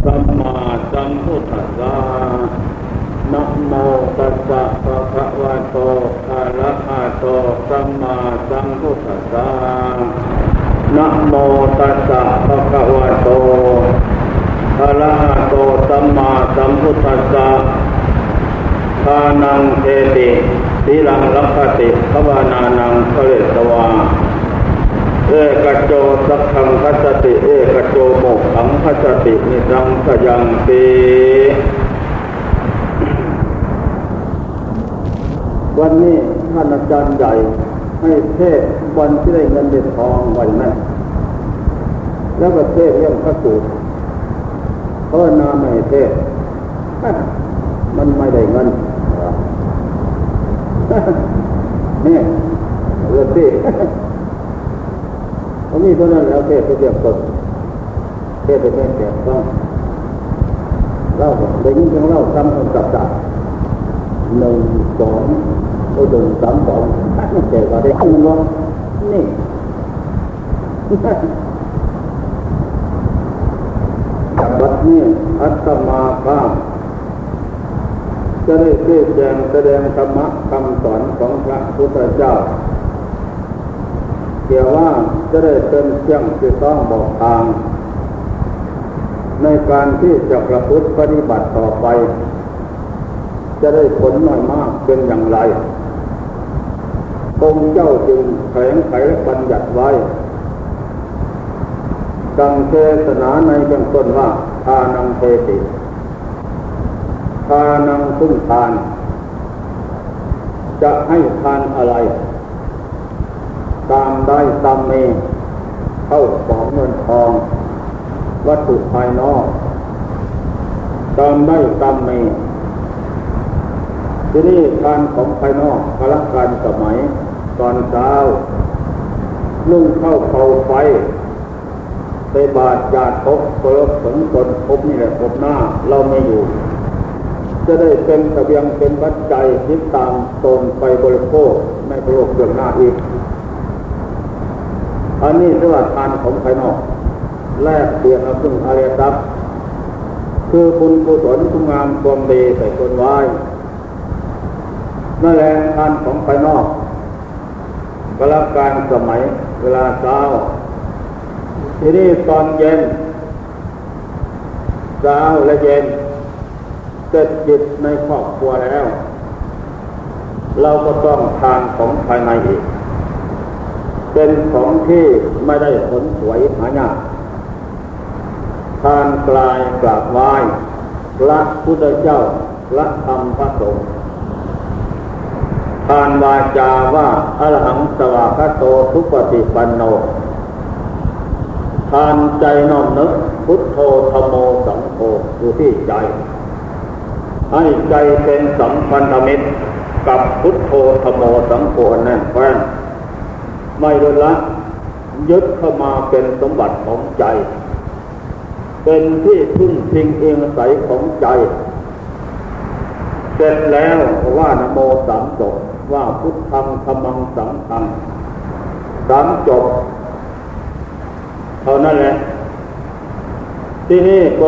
สัมมาสัมพุทธัสสะนะโมตัสสะภะคะวะโตอะระหะโตสัมมาสัมพุทธัสสะนะโมตัสสะภะคะวะโตอะระหะโตสัมมาสัมพุทธัสสะทานังเทติสีลังรักขติภวานานังภเวสวาเอกโจสัพพังคัสสติเอกโจโมกขังคัสสตินิสังขยังติวันนี้ท่านอาจารย์ใหญ่ให้เทศวันที่ได้เงินได้ทองวันนั้นแล้วก็เทศเรื่องพระสูตรเพราะนาไม่เทศมันไม่ได้เงินนี่เรื่องที่เขามีเท่านั้นแล้วเทศไปเรียบกดเทศไปแค่แก่ต้องเล่าได้ยินเพียงเล่าซ้ำกับจับ1 2โอ้ดึง3 2ไม่แก่ก็ได้ขึ้นลงนี่จากวัดนี้อัตมาภาพจะได้เทศแสดงธรรมะคำสอนของพระพุทธเจ้าเกี่ยวว่าจะได้เป็นเครื่องที่ต้องบอกทางในการที่จะประพฤติปฏิบัติต่อไปจะได้ผลน้อยมากเป็นอย่างไรองค์เจ้าจึงแถลงไขและบัญญัติไว้ดังเทศนาในเบื้องต้นว่าทานังเทติทานังซึ่งทานจะให้ทานอะไรตามได้ตามมีเข้าของเงินทองวัตถุภายนอกตามได้ตามมีที่นี่ทานของภายนอกพละการสมัยตอนเช้านุ่งเข้าเผาไฟไปบาดญาติพบเคารพถึงตนพบนี่แหละพบหน้าเราไม่อยู่จะได้เป็นเสบียงเป็นปัจจัยที่ตามตนไปบริโภคในโลกเบื้องหน้าอีกอันนี้เรียกว่าทานของภายนอกแลกเปลี่ยนเอาซึ่งอริยทรัพย์คือบุญกุศลคุณงามความดีใส่ตนไว้นั่นแหละทานของภายนอกเวลาการสมัยเวลาเช้าทีนี้ตอนเย็นเช้าและเย็นเสร็จกิจในครอบครัวแล้วเราก็ต้องทานของภายในอีกเป็นของที่ไม่ได้ผลสวยหายากทานกลายกราบไหว้พระพุทธเจ้าพระธรรมพระสงฆ์ทานวาจาว่าอรหังสวากขาโตทุปฏิปันโนทานใจน้อมนึกพุทโธธัมโมสังโฆอยู่ที่ใจให้ใจเป็นสัมพันธมิตรกับพุทโธธัมโมสังโฆแน่นแฟ้นไม่ลดละยึดเข้ามาเป็นสมบัติของใจเป็นที่พึ่งพิงเอียงอาศัยของใจเสร็จแล้วว่านะโม3 จบว่าพุทธังธัมมังสังฆัง3 จบเท่านั้นแหละที่นี่ก็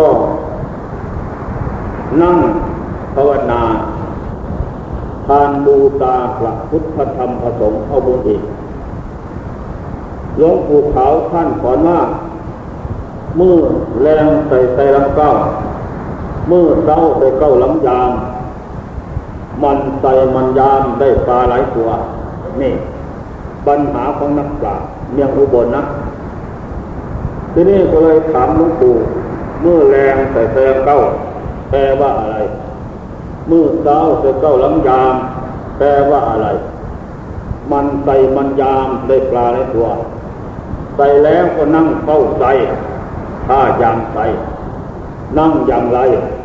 นั่งภาวนาทานบูชาพระพุทธธรรมพระสงฆ์เอาบุญอีกหลวงปู่ขาวท่านสอนว่ามือแรงใส่ลำเก้ามือเต้าใส่เก้าลำยามมันใส่มันยามได้ปลาหลายตัวนี่ปัญหาของนักปราชญ์เมืองอุบลนะทีนี้ก็เลยถามหลวงปู่มือแรงใส่ลำเก้าแปลว่าอะไรมือเต้าใส่เก้าลำยามแปลว่าอะไรมันใส่มันยามได้ปลาหลายตัวใส่แล้วก็นั่งเฝ้าใจท่ายามใส่นั่งอย่างไร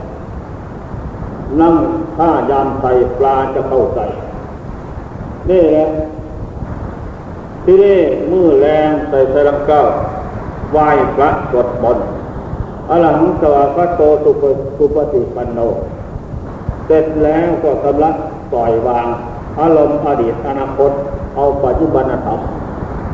นั่งท่ายามใส่ปลาจะเข้าใส่นี่แหละที่นี่มือแรงใส่ลำเก้าไหว้พระสวดมนต์อรหังสวากขาโตสุปฏิปันโนเสร็จแล้วก็กำลังปล่อยวางอารมณ์อดีตอนาคตเอาปัจจุบันธรรม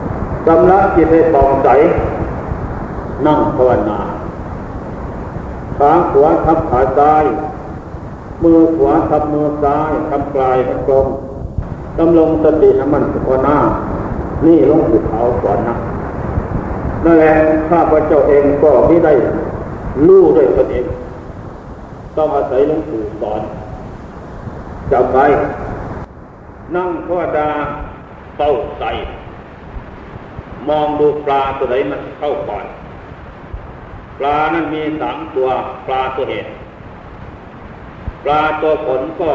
กำลังจิตให้ปองใสนั่งภาวนา ทขาขวาทับขาซ้ายมือขวาทับมือซ้ายทำกลายให้ตรงดำรงสติให้มันอยู่หน้านี่หลวงปู่ขาวสอนนะนั่นแหละข้าพเจ้าเองก็ไม่ได้รู้ด้วยตนเองต้องอาศัยหลวงปู่สอนจำไว้นั่งภาวนาเป้าใส่มองดูปลาตัวไหนมันเข้าก่อนปลานั้นมี3 ตัวปลาตัวเห็ดปลาตัวผลก็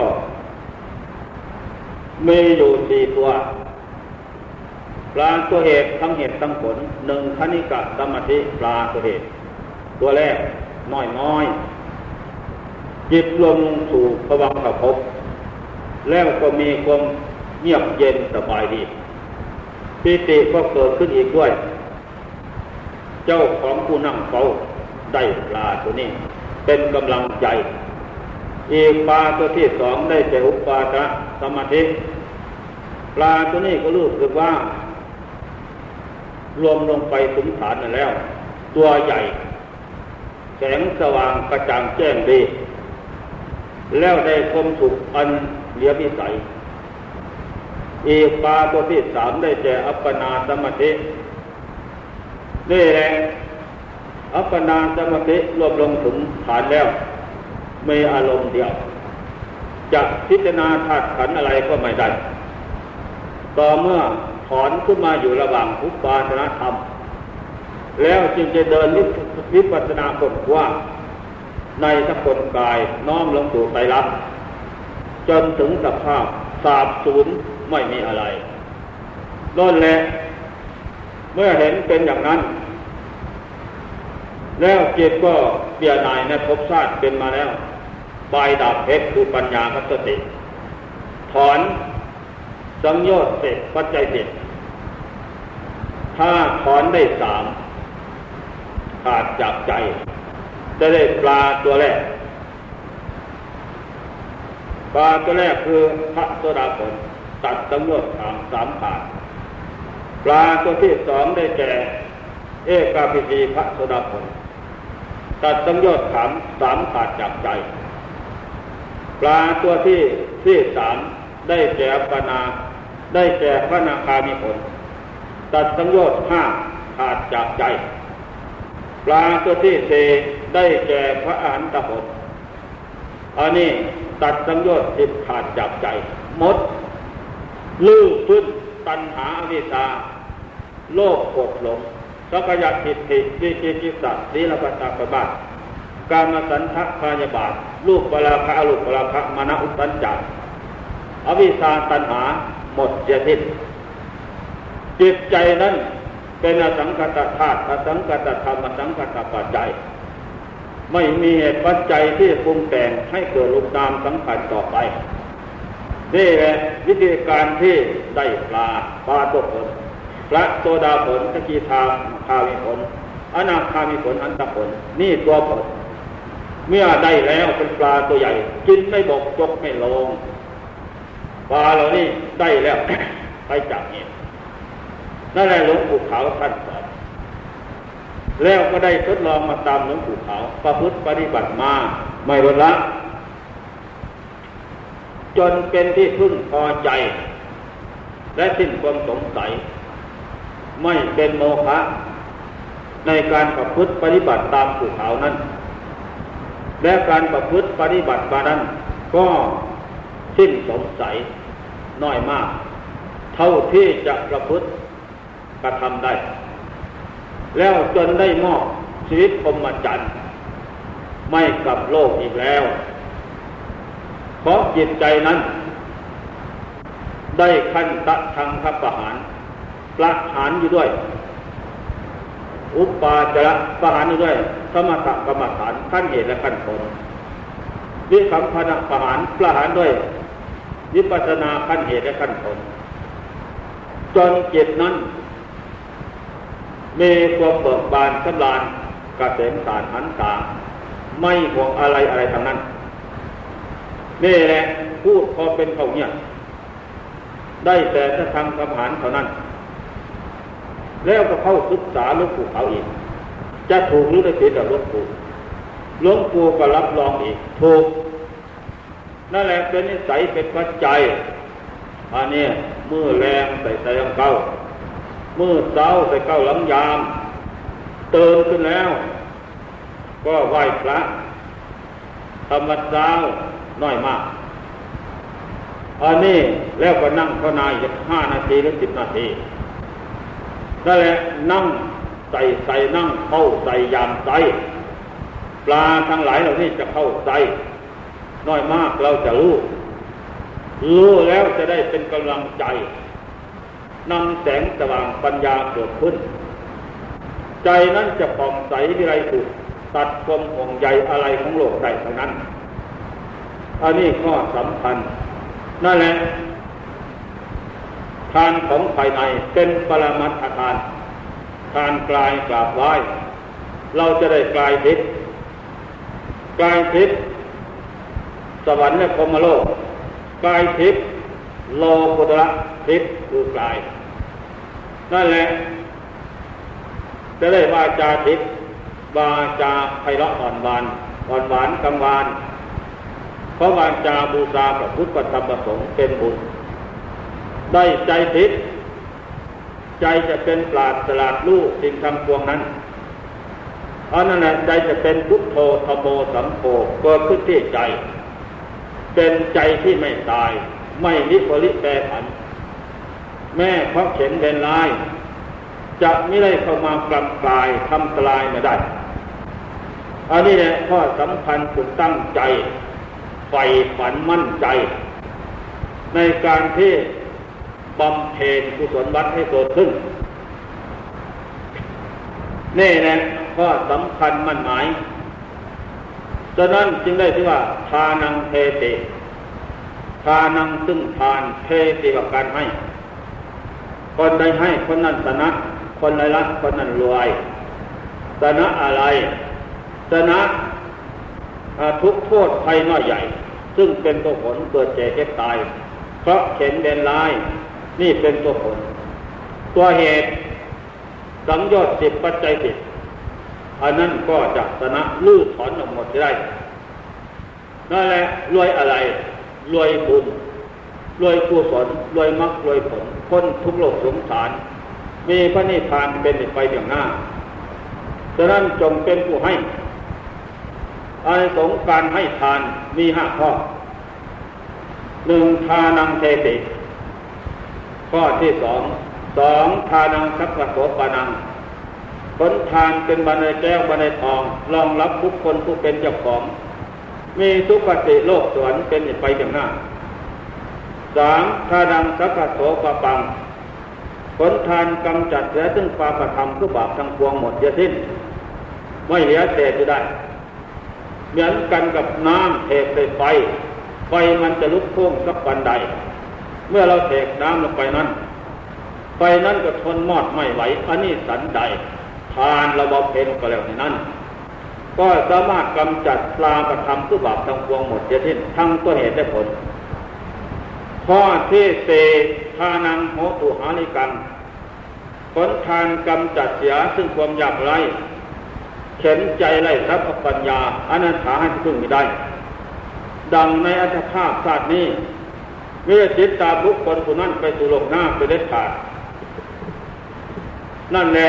มีอยู่4 ตัวปลาตัวเห็ดทั้งเห็ดทั้งผล1คณิกะสมาธิปลาตัวเห็ดตัวแรกน้อยจิตรวมลงสู่ภวังคภพแล้วก็มีความเงียบเย็นสบายดีปิติก็เกิดขึ้นอีกด้วยเจ้าของผู้นั่งเฝ้าได้ปลาตัวนี้เป็นกำลังใจอีกปลาตัวที่2ได้แก่อุปาทสมาธิปลาตัวนี้ก็รู้สึกว่ารวมลงไปถึงฐานนั่นแล้วตัวใหญ่แสงสว่างกระจ่างแจ้งดีแล้วได้ความสุขอันเหลือวิสัยอีกปลาตัวที่3ได้แก่อัปปนาสมาธินี่แหละอัปปนาสมาธิรวมลงถึงฐานแล้วมีอารมณ์เดียวจะพิจารณาธาตุขันธ์อะไรก็ไม่ได้ต่อเมื่อถอนขึ้นมาอยู่ระหว่างอุปาทธรรมแล้วจึงจะเดินวิปัสสนาค้นคว้าในสังคมกายน้อมลงสู่ไตรลักษณ์จนถึงสภาพสาบสูญไม่มีอะไรนั่นแหละเมื่อเห็นเป็นอย่างนั้นแล้วจิตก็เปลี่ยนนายในภพชาติเป็นมาแล้วบายดาบเพชรคือปัญญาคัตติถอนสังโยชน์เสร็จปัจจัยเสร็จถ้าถอนได้3ขาดจากใจจะได้ปลาตัวแรกปลาตัวแรกคือพระโสดาผลตัดสังโยชน์3ขาดปลาตัวที่2ได้แก่เอกาภิสีพระโสดาผลตัดสังโยชน์3ขาดจากใจปลาตัวที่3ได้แก่อัปปนาได้แก่พระอนาคามีผลตัดสังโยชน์5ขาดจากใจปลาตัวที่4ได้แก่พระอรหันตผลอันนี้ตัดสังโยชน์10ขาดจากใจหมดลื้อพื้นตัณหาอวิชชาโลภโกรธหลงสักยะทิฏฐิวิจิกิจฉาศีลปตปบาทกามฉันทะพยาบาทรูปปราคะอรูปปราคะมนอุตัญจารอวิชชาตัณหาหมดเสียสิ้นจิตใจนั้นเป็นอสังขตธาตุอสังขตธรรมอสังขตปัจจัยไม่มีเหตุปัจจัยที่ปรุงแต่งให้เกิดรูปนามสังขารต่อไปนี่แหละวิธีการที่ได้ปลาตัวผลพระโสดาผลสกิทาคามิผลอนาคามิผลอันตผลนี่ตัวผลเมื่อได้แล้วเป็นปลาตัวใหญ่กินไม่บกจกไม่ลงปลาเหล่านี้ได้แล้ว ไปจากนี้นั่นแหละหลวงปู่ขาวท่านสอนแล้วก็ได้ทดลองมาตามหลวงปู่ขาวประพฤติปฏิบัติมาไม่ลดละจนเป็นที่พึ่งพอใจและสิ้นความสงสัยไม่เป็นโมฆะในการประพฤติปฏิบัติตามปู่ขาวนั้นและการประพฤติปฏิบัติมานั้นก็สิ้นสงสัยน้อยมากเท่าที่จะประพฤติกระทำได้แล้วจนได้มอบชีวิตพรหมจรรย์ไม่กลับโลกอีกแล้วเพราะจิตใจนั้นได้ขั้นตะทางพระประหารประหารอยู่ด้วยอุปาจารประหารอยู่ด้วยสมถกรรมฐานขั้นเหตุและขั้นผลวิคัมภนประหารประหารด้วยวิปัสสนาขั้นเหตุและขั้นผลจนจิตนั้นมีความเบิกบานสำราญกระเสมสารหันษาไม่ห่วงอะไรทั้งนั้นนี่แหละพูดพอเป็นเขาเนี่ยได้แต่จะทำกรรมฐานเท่านั้นแล้วก็เข้าศึกษาหลวงปู่เขาอีกจะถูกหรือไม่ผิดกับหลวงปู่หลวงปู่ก็รับรองอีกถูกนั่นแหละเป็นนิสัยเป็นปัจจัยอันนี้มือแรงใส่ใส่ลำเก้ามือเช้าใส่เก้าหลังยามตื่นขึ้นแล้วก็ไหว้พระธรรมะเช้าน้อยมากอันนี้แล้วก็นั่งภาวนาอีก5 นาทีหรือ10 นาทีนั่นแหละนั่งใส่นั่งเข้าใส่ยามใส่ปลาทั้งหลายเหล่านี้จะเข้าใส่น้อยมากเราจะรู้แล้วจะได้เป็นกำลังใจนำแสงสว่างปัญญาเกิดขึ้นใจนั้นจะผ่องใสวิไลสุขตัดความห่วงใยอะไรของโลกได้ทั้งนั้นอันนี้ข้อสำคัญนั่นแหละทานของภายในเป็นปรมัตถทานทานกายกราบไหว้เราจะได้กลายทิพย์สวรรค์และพรหมโลกกายทิพย์โลกุตระทิพย์คือกายนั่นแหละจะได้วาจาทิพย์วาจาไพเราะอ่อนหวานกังวานเพราะวาจาบูชาพระพุทธธรรมประสงค์เป็นบุญได้ใจทิพย์ใจจะเป็นปราศฉลาดรู้สิ่งทั้งปวงนั้นอันนั้นแหละใจจะเป็นพุทโธธัมโมสังโฆเกิดขึ้นที่ใจเป็นใจที่ไม่ตายไม่วิปริตแปรผันแม้เพราะเข็นเป็นลายจะไม่ได้เข้ามากำกายทำลายไม่ได้อันนี้แหละข้อสำคัญคือตั้งใจใฝ่ฝันมั่นใจในการที่บำเพ็ญกุศลวัดให้เกิดขึ้นนี่แหละข้อสำคัญมั่นหมายฉะนั้นจึงได้ชื่อว่าทานังเทติทานังซึ่งทานเทติกับการให้คนใดให้คนนั้นชนะคนใดละคนนั้นรวยชนะอะไรชนะทุกโทษภัยน้อยใหญ่ซึ่งเป็นตัวผลเกิดแก่เจ็บตายเพราะเข็นเด่นร้ายนี่เป็นตัวผลตัวเหตุสังโยชน์10 ปัจจัย10อันนั้นก็จะชนะลื้อถอนออกหมดได้นั่นแหละรวยอะไรรวยบุญรวยกุศลรวยมรรครวยผลพ้นทุกโลกสงสารมีพระนิพพานเป็นไปเบื้องหน้าฉะนั้นจงเป็นผู้ให้อานิสงส์การให้ทานมี5 ข้อ 1. ทานังเทติข้อที่ 2. ทานังสัพพะโสปานังผลทานเป็นบันไดแก้วบันไดทองรองรับทุกคนผู้เป็นเจ้าของมีสุคติโลกสวรรค์เป็นไปอย่างหน้า 3. ทานังสัพพะโสปปังผลทานกำจัดเสียซึ่งปาปธรรมทุกบาปทั้งปวงหมดเสียสิ้นไม่เหลือเศษจะได้เหมือนกันกับน้ำเทใส่ไฟมันจะลุกโค้งสักวันใดเมื่อเราเทน้ำลงไปนั้นไฟนั้นก็ทนมอดไม่ไหวอันนี้สันใดทานเราบำเพ็ญก็แล้วในนั้นก็สามารถกำจัดปาปธรรมทุกบาปทั้งปวงหมดเสียสิ้นทั้งตัวเหตุและผลข้อที่4ทานังโหตุหานิกังผลทานกำจัดเสียซึ่งความยากไร้เข็นใจไร้ทรัพย์ปัญญาอนันถาให้พึ่งไม่ได้ดังในอัตถภาพชาตินี้เมื่อจิตตาบุคคลผู้นั้นไปสู่โลกหน้าไปเด็ดขาดนั่นแหละ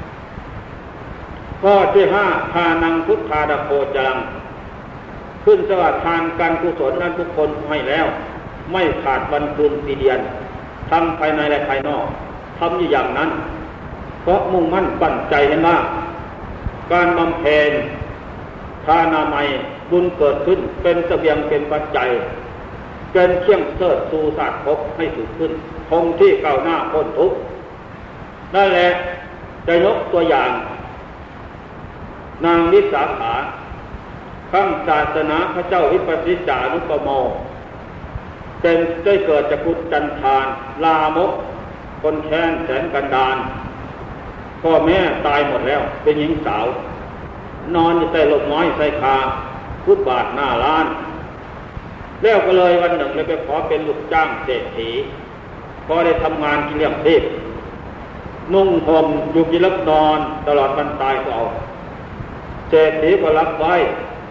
ข้อที่5ทานังพุทธาดโคจรังขึ้นสวัสดิ์ทานการกุศลนั้นทุกคนให้แล้วไม่ขาดวันคืนปีเดือนทำภายในและภายนอกทำอย่างนั้นเพราะมุ่งมั่นปั้นใจเห็นว่าการบำเพ็ญทานามัยบุญเกิดขึ้นเป็นเสบียงเป็นปัจจัยเป็นเครื่องเชิดสู่ศาสตร์ภพให้สูงขึ้นคงที่ก้าวหน้าพ้นทุกข์นั่นแหละจะยกตัวอย่างนางวิสาขาข้างศาสนาพระเจ้าวิปัสสิจานุปโมเป็นได้เกิดจากกุฏจันทานลามกคนแค้นแสนกันดารพ่อแม่ตายหมดแล้วเป็นหญิงสาวนอนอยู่ใต้ร่มไม้ใส่คาฟุตบาทหน้าร้านแล้วก็เลยวันหนึ่งเลยไปขอเป็นลูกจ้างเศรษฐีพอได้ทำงานกินเลี้ยงชีพนุ่งห่มอยู่กินรับนอนตลอดวันตายก็เอาเศรษฐีก็รับไว้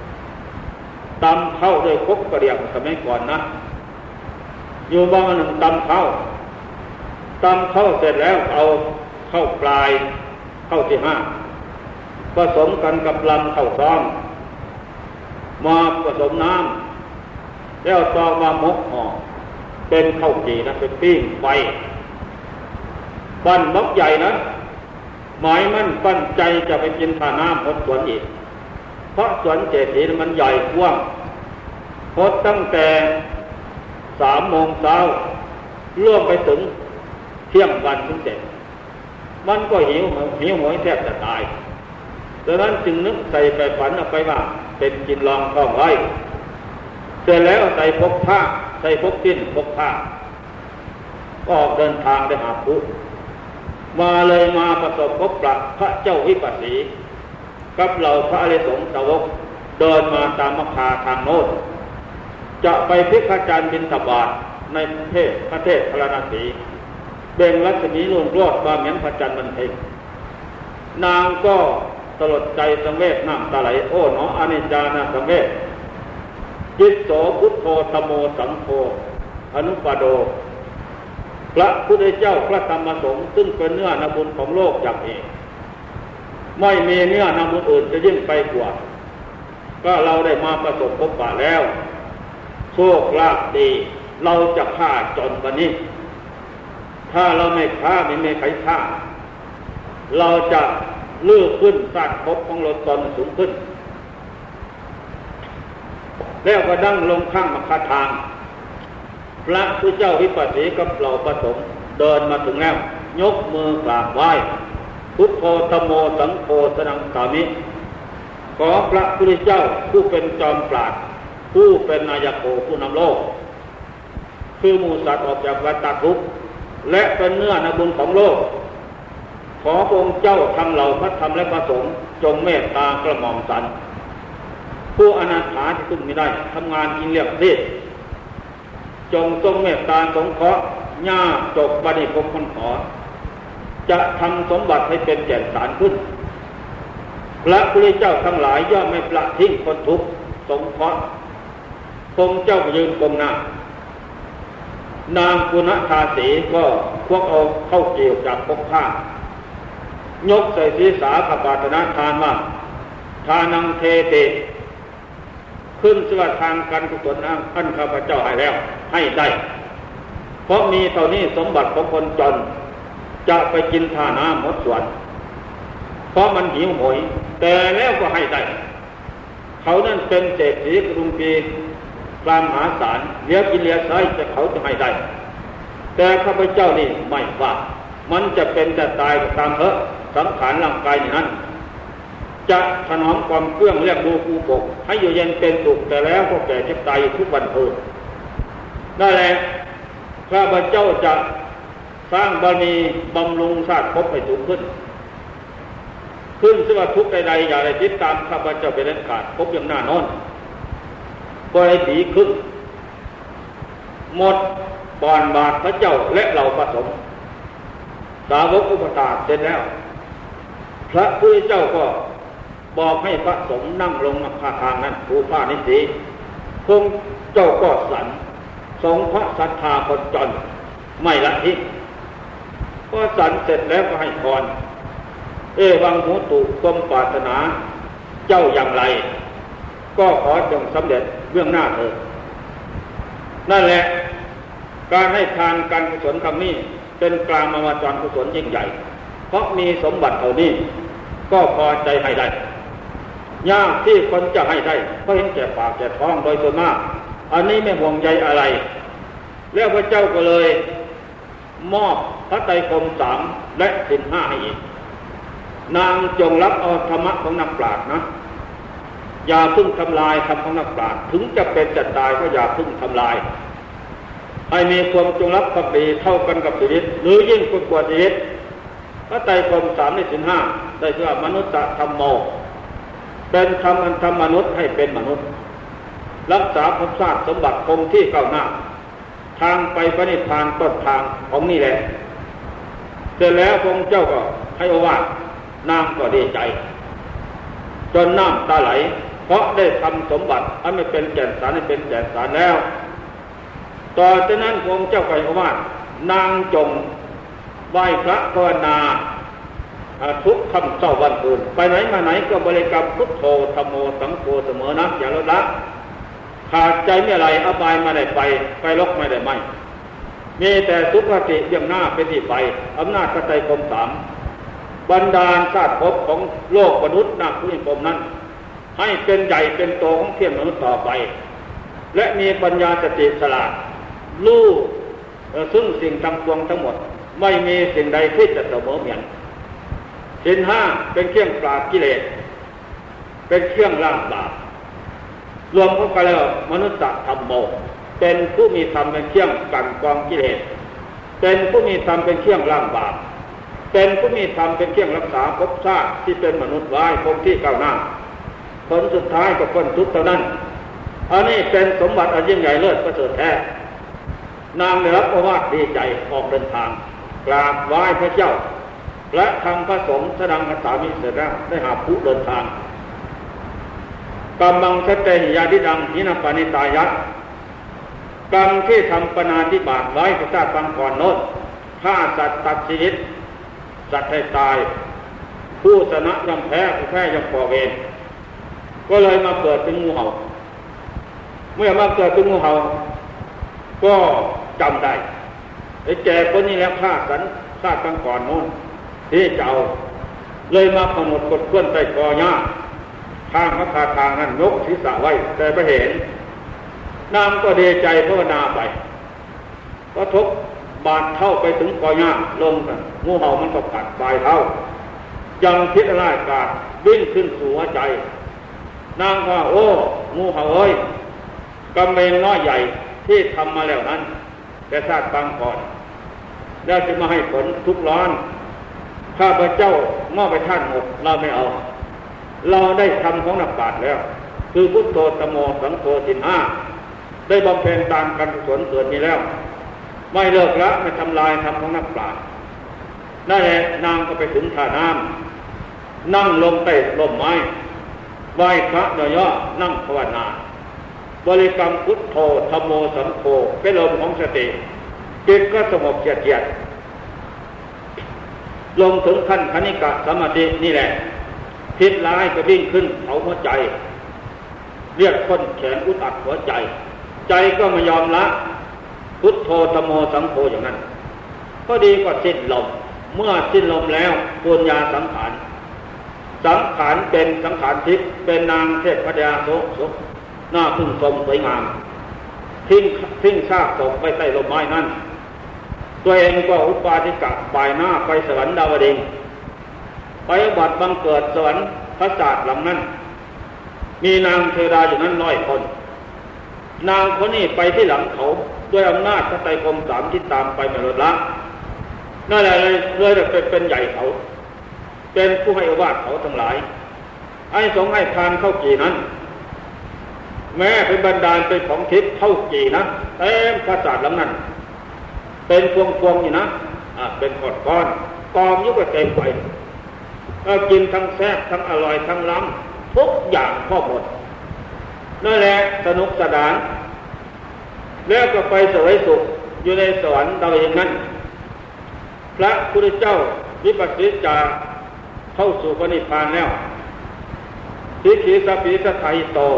ตำเข้าด้วยครกกระเดียงสมัยก่อนนะอยู่บ้านหนึ่งตำเข้าเสร็จแล้วเอาเข้าปลายเข้าที่5ผสมกันกับลำเข้าซ้อมมาผสมน้ำแล้วต่อมามกห่อเป็นข้าวจี่นะเป็นปิ้งไฟปั้นมกใหญ่นะหมายมั่นปั้นใจจะไปกินท่าน้ำพดสวนอีกเพราะสวนเศรษฐีมันใหญ่กว้างพดตั้งแต่3 โมงเช้าล่วงไปถึงเที่ยงวันถึงเสร็จมันก็หิวโหยแทบจะตายดังนั้นจึงนึกใส่ไปฝันเอาไปว่าเป็นกินรองท้องไว้เสร็จแล้วใส่พกผ้าใส่พกติ้นพกผ้าก็ออกเดินทางไปหาผู้มาเลยมาประสบพบปะพระเจ้าวิปัสสีกับเหล่าพระอริยสงฆ์สาวกเดินมาตามมคาทางโน้นจะไปพิฆาจารย์บิณฑบาตในประเทศพาราณสีเบ่งรัศมีรุ่งโรจน์มาเหมือนพระจันทร์มันเพ็ญนางก็สลดใจสังเวชน้ำตาไหลโอ้หนออนิจจานะสังเวชจิตโสพุทโธธัมโมสังโฆอนุปโดพระพุทธเจ้าพระธรรมสงฆ์ซึ่งเป็นเนื้อนาบุญของโลกอย่างเองไม่มีเนื้อนาบุญอื่นจะยิ่งไปกว่าก็เราได้มาประสบพบปะแล้วโชคลาภดีเราจะฆ่าจนวันนี้ถ้าเราไม่ฆ่าไม่มีใครฆ่าเราจะลื้อขึ้นสร้างภพของเราตนสูงขึ้นแล้วก็ดั้งลงข้างมคทางพระพุทธเจ้าวิปัสสีกับเหล่าพระสงฆ์เดินมาถึงแล้วยกมือกราบไหว้พุทโธธัมโมสังโฆสนังสามิขอพระพุทธเจ้าผู้เป็นจอมปราชญ์ผู้เป็นนายโกผู้นำโลกคือหมู่สัตว์ออกจากวัฏทุกข์และเป็นเนื้อนาบุญของโลกขอพระองค์เจ้าทั้งเหล่าพระธรรมและพระสงฆ์จงเมตตากระหม่อมสันผู้อนาถาที่พึ่งไม่ได้ทำงานกินเลี้ยงชีพจงทรงเมตตาสงเคราะห์ญาจกบัณฑิตคนขอจะทำสมบัติให้เป็นแก่นสารขึ้นพระพุทธเจ้าทั้งหลายย่อมไม่ปละทิ้งคนทุกข์สงเคราะห์พระองค์เจ้ายืนกรมหน้านางกุณฑาสีก็พวกเอาเข้าเกี่ยวจากพกผ้ายกใส่ศีรษะขปาตนาทานว่าทานังเทเตขึ้นสวัสดิ์ทางการกุศลท่านข้าพเจ้าให้แล้วให้ได้เพราะมีเท่านี้สมบัติของคนจนจะไปกินท่าน้ำหมดส่วนเพราะมันหิวโหยแต่แล้วก็ให้ได้เขานั่นเป็นเศรษฐีกรุงปีกลางมหาศาลเหลือกินเหลือใช้จะเขาจะให้ได้แต่ข้าพเจ้านี่ไม่ว่ามันจะเป็นจะตายก็ตามเถอะสังขารร่างกายนั้นจะถนอมความเครื่องเรียกดูภูปกให้อยู่เย็นเป็นสุขแต่แล้วก็แก่เจ็บตายทุกวันเถิดได้แล้วข้าพเจ้าจะสร้างบารมีบำรุงชาติภพให้สูงขึ้นซึ่งว่าทุกข์ใดๆอย่าได้ติดตามข้าพเจ้าไปเด็ดขาดพบอย่างหน้านอนก็ให้ดีขึ้นหมดปอนบาทพระเจ้าและเหล่าพระสงฆ์สาวกอุปถากเสร็จแล้วพระพุทธเจ้าก็บอกให้พระสงฆ์นั่งลงมาผ้าทางนั้นภูผ้านิสีพระเจ้าก็สรรสงฆ์พระศรัทธาคนจนไม่ละทิ้งก็สรรเสร็จแล้วก็ให้พรวังหูตุความปรารถนาเจ้าอย่างไรก็ขอจงสำเร็จเบื้องหน้าเถิดนั่นแหละการให้ทานการกุศลครั้งนี้เป็นกลางมวจรกุศลยิ่งใหญ่เพราะมีสมบัติเท่านี้ก็พอใจให้ได้ยากที่คนจะให้ได้เพราะเห็นแก่ปากแก่ท้องโดยส่วนมากอันนี้ไม่ห่วงใยอะไรแล้วพระเจ้าก็เลยมอบพระไตรกรม3และศีล5ให้อีกนางจงรับเอาธรรมะของนักปราชญ์นะอย่าพึ่งทำลายธรรมของนักปราชญ์ถึงจะเป็นจะตายก็อย่าพึ่งทำลายให้มีความจงรักภักดีเท่ากันกับชีวิตหรือยิ่งกว่าชีวิตพระไตรกรม3ในศีล5ได้ชื่อว่ามนุษยธรรมโมเป็นธรรมอันทำมนุษย์ให้เป็นมนุษย์รักษาภพชาติสมบัติคงที่ก้าวหน้าทางไปพระนิพพานต้นทางของนี่แหละเสร็จแล้วพระองค์เจ้าก็ให้โอวาทนางก็ดีใจจนน้ำตาไหลเพราะได้ทำสมบัติอันไม่เป็นแก่นสารให้เป็นแก่นสารแล้วต่อจากนั้นองค์เจ้าไก่อาวาสนางจงไหว้พระภาวนาทุกค่ำเช้าวันคืนไปไหนมาไหนก็บริกรรมพุทโธธัมโมสังโฆเสมอนะอย่าลดละขาดใจไม่ไรอบายไม่ได้ไปลกไม่ได้ไหมมีแต่สุขติเบื้องหน้าเป็นที่ไปอำนาจพระไตรคมสามบันดาลชาติภพของโลกมนุษย์นาคุณิคมนั้นให้เป็นใหญ่เป็นโตของเทียมมนุษย์ต่อไปและมีปัญญาสติฉลาดรู้ซึ่งสิ่งทั้งปวงทั้งหมดไม่มีสิ่งใดที่จะเสมอเหมือนศีลห้าเป็นเครื่องปราบกิเลสเป็นเครื่องล้างบาปรวมเข้าไปแล้วมนุษย์ธรรมโมเป็นผู้มีธรรมเป็นเครื่องกลั่นกรองกิเลสเป็นผู้มีธรรมเป็นเครื่องล้างบาปเป็นผู้มีธรรมเป็นเครื่องรักษาภพชาติที่เป็นมนุษย์ไว้คงที่ก้าวหน้าผลสุดท้ายก็พ้นทุกข์เท่านั้นอันนี้เป็นสมบัติอันยิ่งใหญ่เลิศประเสริฐแท้นางได้รับโอวาทดีใจออกเดินทางกราบไหว้พระเจ้าและทำพระสงฆ์แสดงคาถามิเสร็จแล้วได้หาผู้เดินทางกำบังสเตหิยาดิดังหินาปานิตายัตกรรมที่ทำปณาธิบาตไว้พระเจ้าฟังก่อนโน้นฆ่าสัตว์ตัดชีวิตสัตว์ให้ตายผู้ชนะย่อมแพ้ผู้แพ้ย่อมก่อเวรก็เลยมาเกิดเป็นงูเห่าเมื่อมาเกิดเป็นงูเห่าก็จำได้ไอ้แก่คนนี้แล้วฆ่าสัตว์ฟังก่อนโน้นที่เจ้าเลยมาขนดกดเคลื่อนใต้กอหญ้าข้างพระคาทางนั้นยกศีรษะไว้แต่ไม่เห็นนางก็ดีใจภาวนาไปก็ทบบาดเท้าไปถึงกอหญ้าลงกันงูเห่ามันก็กัดปลายเท้ายังพิษร้ายกาจวิ่งขึ้นสู่หัวใจนางว่าโอ้งูเห่าเอ้ยกำเนิดน้อยใหญ่ที่ทำมาแล้วนั้นแต่ชาติปางก่อนแล้วจะมาให้ผลทุกร้อนข้าพเจ้ามอบไปท่านหมดเราไม่เอาเราได้ทำของนักปราชญ์แล้วคือพุทโธธัมโมสังโฆศีลห้าได้บำเพ็ญตามการกุศลเกิดนี้แล้วไม่เลิกละไม่ทำลายทำของนักปราชญ์นั่นแหละนางก็ไปถึงท่าน้ำนั่งลงใต้ร่มไม้ไหว้พระย่อๆนั่งภาวนาบริกรรมพุทโธธัมโมสังโฆเป็นลมของสติจิตก็สงบเฉียดลงถึงขั้นคณิกะสมาธินี่แหละพิษร้ายก็วิ่งขึ้นเผาหัวใจเรียกคนแขนอุดอัดหัวใจใจก็ไม่ยอมละพุทโธธัมโมสังโฆอย่างนั้นก็ดีกว่าสิ้นลมเมื่อสิ้นลมแล้วปุญญาสังขารเป็นสังขารทิพย์เป็นนางเทพพยาโสหน้าพึ่งชมสวยงามทิ้งซากศพไปใต้ร่มไม้นั้นตัวเองก็อุปาทิกะป่ายหน้าไปสวรรค์ดาวดึงส์ไปบัดบังเกิดสวรรค์พระศาสตร์หลังนั้นมีนางเทวดาอยู่นั้น100 คนนางคนนี้ไปที่หลังเขาด้วยอำนาจพระไตรคมสามที่ตามไปไม่ลดละนั่นแหละเลยเป็นใหญ่เขาเป็นผู้ให้อวาทเขาทั้งหลายให้สงฆ์ให้ทานเข้ากี่นั้นแม้เป็นบรรดาลเป็นของทิพย์เข้ากี่นะเต็มพระศาสตร์หลังนั้นเป็นพวงอยู่นะเป็นก้อนกองยุบก็เต็มไปก็กินทั้งแซ่บทั้งอร่อยทั้งล้ำทุกอย่างครบหมดนั่นแหละสนุกสนานแล้วก็ไปเสวยสุขอยู่ในสวรรค์ดาวดึงส์นั้นพระพุทธเจ้าวิปัสสิจาเข้าสู่พระนิพพานแล้วทิฏฐิสัพพิสัทธาหิโต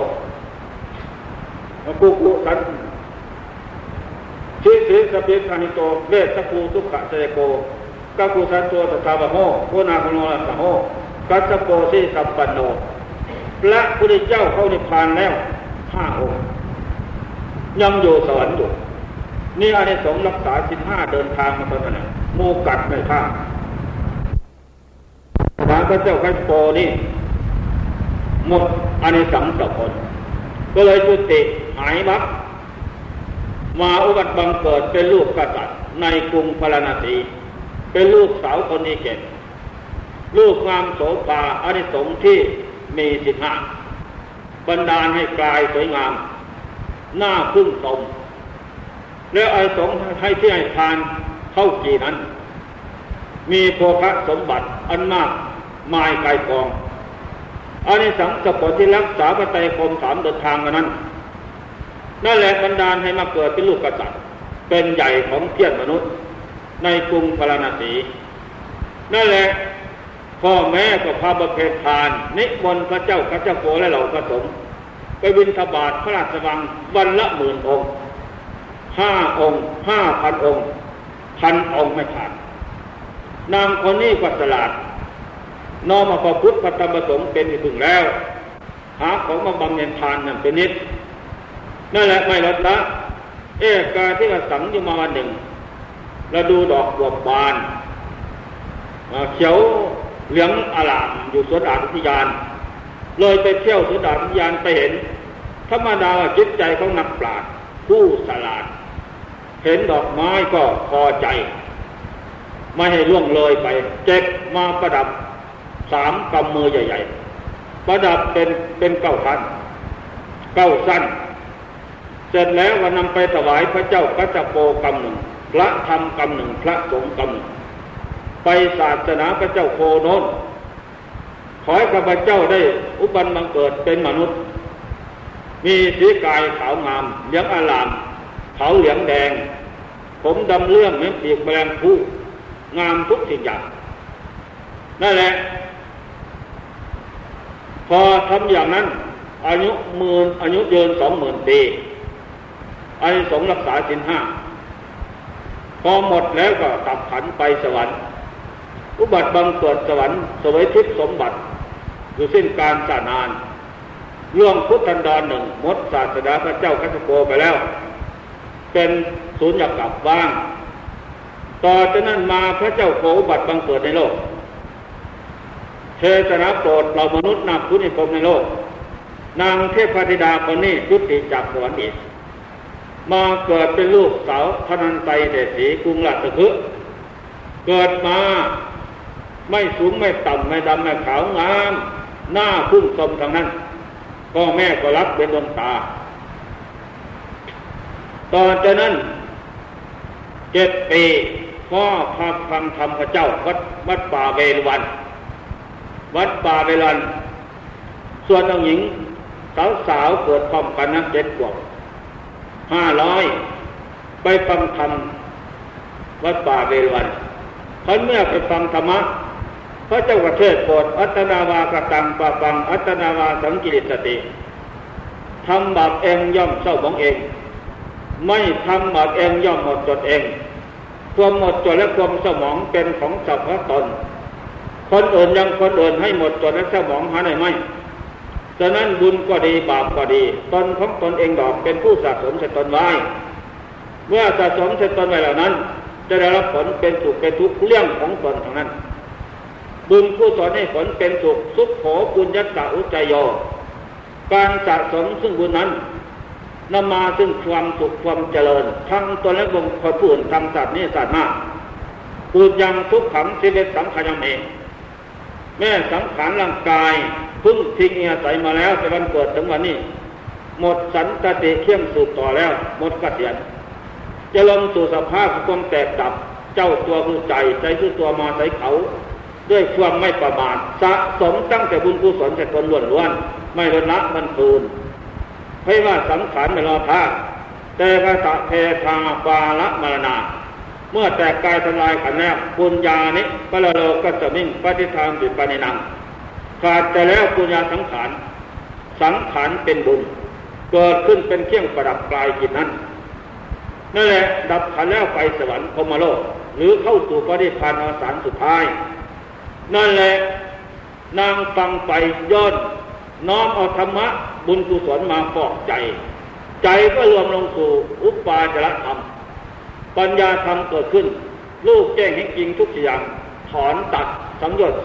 กุสันทิฏฐิสัพพิสัทธาหิโตเวสสัพพุทุกขะเสโกกักุสันโตสัทธาบะโหโกนาคโนรัสสะโหกัสสโกสิสัพปันโนพระพุทธเจ้าเข้านิพพานแล้ว5 องค์ยังอยู่สวรรค์อยู่นี่อานิสงส์รักษาศีล5เดินทางมาตอนนั้นงูกัดไม่ฆ่าพระเจ้าไคโปนี่หมดอานิสงส์2 คนก็เลยจุติหายวับมาอุบัติบังเกิดเป็นลูกกษัตริย์ในกรุงพาราณสีเป็นลูกสาวคนนี้เก่งลูกงามโสภาอานิสงส์ที่มี15บันดาลให้กายสวยงามหน้าพึ่งชมและอานิสงส์ให้ที่ให้ทานเข้ากี่นั้นมีโภคสมบัติอันมากมายไกลกองออานิสงส์ผลที่รักษาพระไตรคมสามเดินทางกันนั้นนั่นแหละบันดาลให้มาเกิดเป็นลูกกษัตริย์เป็นใหญ่ของเพี้ยนมนุษย์ในกรุงพาราณสีนั่นแหละพ่อแม่ก็พาบำเพ็ญทานนิมนต์พระเจ้ากัจจโกและเหล่าพระสงฆ์ไปบิณฑบาตพระราชวังวันละ10,000 องค์5 องค์ 5,000 องค์1,000 องค์ไม่ขาดนางคนนี้ก็ฉลาดน้อมมาพระพุทธพระธรรมพระสงฆ์เป็นที่พึ่งแล้วหาของมาบำเพ็ญทานนั่นเป็นนิดนั่นแหละไม่ลดละกาที่กระสังอยู่มาวันหนึ่งเราดูดอกบัวบานเขียวเหลืองอลามอยู่สวนอุทยานเลยไปเที่ยวสวนอุทยานไปเห็นธรรมดาว่าจิตใจของนักปราชญ์ผู้ฉลาดเห็นดอกไม้ก็พอใจไม่ให้ล่วงเลยไปเก็บมาประดับ3 กำมือใหญ่ๆประดับเป็น9 ชั้น9 สั้นเสร็จแล้วก็นำไปถวายพระเจ้ากัจจโปกำหนึ่งพระธรรมกำหนึ่งพระสงฆ์กำหนึ่งไปศาสนาพระเจ้าโคโน้นขอให้ข้าพเจ้าได้อุบัติบังเกิดเป็นมนุษย์มีสีกายขาวงามเหลืองอลามขาวเหลืองแดงผมดำเลื่อมเหมือนปีกแมลงภู่งามทุกสิ่งอย่างนั่นแหละพอทำอย่างนั้นอายุยืน 20,000 ปีอานิสงส์รักษาศีล 5พอหมดแล้วก็ตับขันไปสวรรค์อุบัติบังเกิดสวรรค์เสวยทิพย์สมบัติอยู่สิ้นการศาสนานล่วงพุทธันดรหนึ่งหมดศาสนาพระเจ้ากัจจโกไปแล้วเป็นสูญญากาศว่างต่อจากนั้นมาพระเจ้าโคอุบัติบังเกิดในโลกเทศนาโปรดเรามนุษย์นับพุทธิพรหมในโลกนางเทพธิดาคนนี้ยุติจากสวรรค์อีกมาเกิดเป็นลูกสาวพนันไตเศรษฐีกรุงราชคฤห์เกิดมาไม่สูงไม่ต่ำไม่ดำไม่ขาวงามหน้าพุ่งสมทางนั้นพ่อแม่ก็รับเป็นดวงตาตอนจากนั้น7 ปีพ่อพาฟังธรรมพระเจ้าวัดป่าเวรุวันวัดป่าเวรุวันส่วนน้องหญิงสาวเกิดพร้อมกันนะ7 ขวบ500ไปฟังธรรมวัดป่าเวรุวันท่านเมื่อไปฟังธรรมะพระเจ้ากระเทศโปรดอัตนาวากตังปะปังอัตนาวาสังกิริสติทำบาปเองย่อมเศร้าหมองเองไม่ทำบาปเองย่อมหมดจดเองความหมดจดและความเศร้าหมองเป็นของสัพพะตนคนอื่นยังคนอื่นให้หมดจดและเศร้าหมองหาได้ไหมฉะนั้นบุญก็ดีบาปก็ดีตนของตนเองดอกเป็นผู้สะสมเสร็จตนไว้เมื่อสะสมเสร็จตนไว้เหล่านั้นจะได้รับผลเป็นสุขเป็นทุกข์เรื่องของตนทั้งนั้นบุญผู้สอนให้ผลเป็นสุขสุขโขปุญญตะอุจจโยการสะสมซึ่งบุญนั้นนำมาซึ่งความสุขความเจริญทั้งตนและบุคคลผู้อื่นทำสัตว์นี้สัตว์มากปุญญังทุกขังชีวิตสังขารเองแม่สังขารร่างกายพึ่งทิ้งอาศัยมาแล้วแต่วันเกิดถึงวันนี้หมดสันตติเขี่ยมสืบต่อแล้วหมดเกษียณจะลงสู่สภาพความแตกดับเจ้าตัวคือใจคือตัวมาใส่เขาด้วยความไม่ประมาทสะสมตั้งแต่บุญกุศลแต่ตนล้วนๆไม่ลดละมันคืนให้ว่าสังขารไม่รอท่าแต่กษัตริย์เพทาปาละมรณาเมื่อแตกกายทำลายขันธ์แล้วปุญญานิปะละโลกัสสมิงปฏิทางปิปานินังขาดแต่แล้วปุญญาสังขารเป็นบุญเกิดขึ้นเป็นเครื่องประดับกายจิตนั้นนั่นแหละดับขันธ์แล้วไปสวรรค์พรหมโลกหรือเข้าสู่พระนิพพานอวสานสุดท้ายนั่นแหละนางฟังไปย้อนน้อมเอาธรรมะบุญกุศลมาฟอกใจก็รวมลงสู่อุปาจารธรรมปัญญาธรรมเกิดขึ้นลูกแจ้งเห็นจริงทุกอย่างถอนตัดสังโยชน์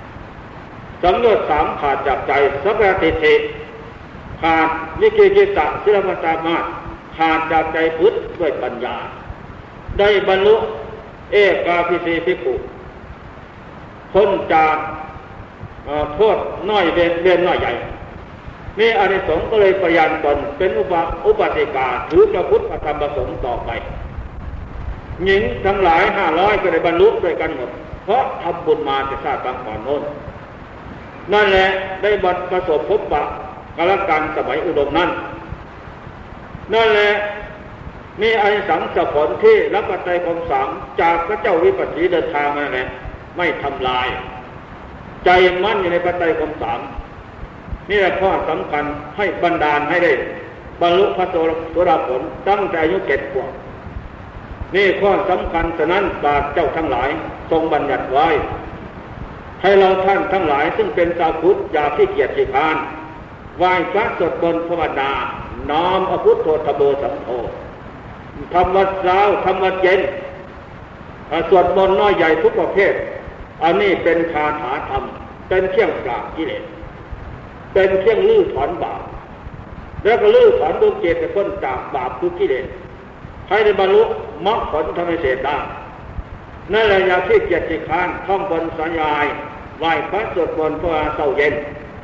3ขาดจากใจสัพพะทิฏฐิขาดวิกิกิจศิลปตามาขาดจากใจพุทธด้วยปัญญาได้บรรลุเอกาภิสิภิกขุพ้นจากโทษน้อยเวรน้อยใหญ่นี่อานิสงส์ก็เลยประยานตนเป็นอุปาสิกาถือพระพุทธธรรมประสงค์ต่อไปหญิงทั้งหลาย500ก็ได้บรรลุด้วยกันหมดเพราะทำบุญมาแต่ชาติบางก่อนโน้นนั่นแหละได้บัดประสบพบปะกาลกันสมัยอุดมนั้นนั่นแหละมีอานิสงส์ผลที่รับปัจจัยของสามจากพระเจ้าวิปัสสีเดินทางมาแหละไม่ทำลายใจมั่นอยู่ในปัจจัยของสามนี่แหละข้อสำคัญให้บันดาลให้ได้บรรลุพระโสดาผลตั้งแต่อายุ7 ขวบนี่ข้อสำคัญฉะนั้นบาทเจ้าทั้งหลายทรงบัญญัติไว้ให้เราท่านทั้งหลายซึ่งเป็นชาวพุทธอย่าขี้เกียจขี้คร้านไหว้พระสวดมนต์ภาวนาน้อมพระพุทโธธโมสังโฆทำวัดเช้าทำวัดเย็นสวดมนต์น้อยใหญ่ทุกประเภทอันนี้เป็นคาถาธรรมเป็นเครื่องปราบกิเลสเป็นเครื่องลื้อถอนบาปแล้วก็ลื้อถอนดวงจิตให้พ้นจากบาปทุกกิเลสให้ได้บรรลุมรรคผลธรรมเสด็จได้นั่นแหละอย่าขี้เกียจขี้คร้านท่องบนสัญญาไหว้พระสวดมนต์ภาวนาเช้าเย็น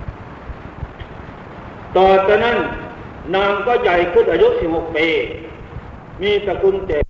ต่อจากนั้นนางก็ใหญ่ขึ้นอายุ16 ปีมีตระกูลเจ็ด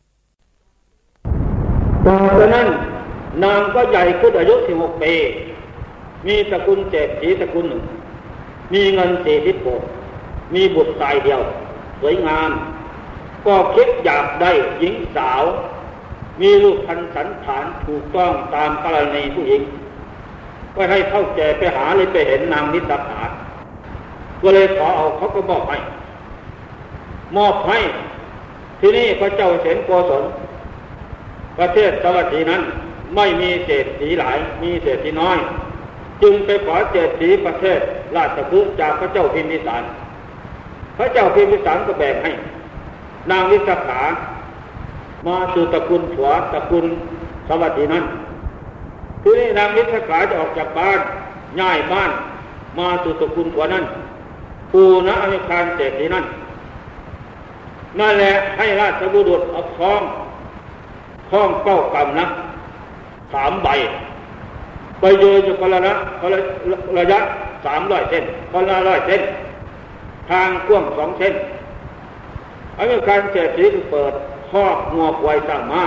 ต่อจากนั้นนางก็ใหญ่ขึ้นอายุ16 ปีมีตระกูลเจ็ดสีตระกูลหนึ่งมีเงิน40 โกฏมีบุตรชายเดียวสวยงามก็คิดอยากได้หญิงสาวมีรูปพรรณสันฐานถูกต้องตามกรณีผู้หญิงก็ให้เข้าแก่ไปหาเลยไปเห็นนางนิสขาก็เลยขอเอาเขาก็มอบให้ทีนี้พระเจ้าเสนโกศลประเทศสวัสดีนั้นไม่มีเศรษฐีหลายมีเศรษฐีน้อยจึงไปขอเศรษฐีประเทศราชคฤห์จากพระเจ้าพิมพิสารพระเจ้าพิมพิสารก็แบ่งให้นางนิสขามาสู่ตระกูลผัวตระกูลสวัสดีนั้นทีนี้นางนิสขาจะออกจากบ้านย้ายบ้านมาสู่ตระกูลผัวนั้นปูนะอเมริกันเศรษฐีนั้นนั่นแหละให้ราชบุรุษเอาคล้องเป้ากำนะ3 ใบไปยืนอยู่คนละระยะ300 เซนคนละ100 เซนทางกว้าง2 เซนอเมริกันเศรษฐีก็เปิดคอกงัวควายสั่งม้า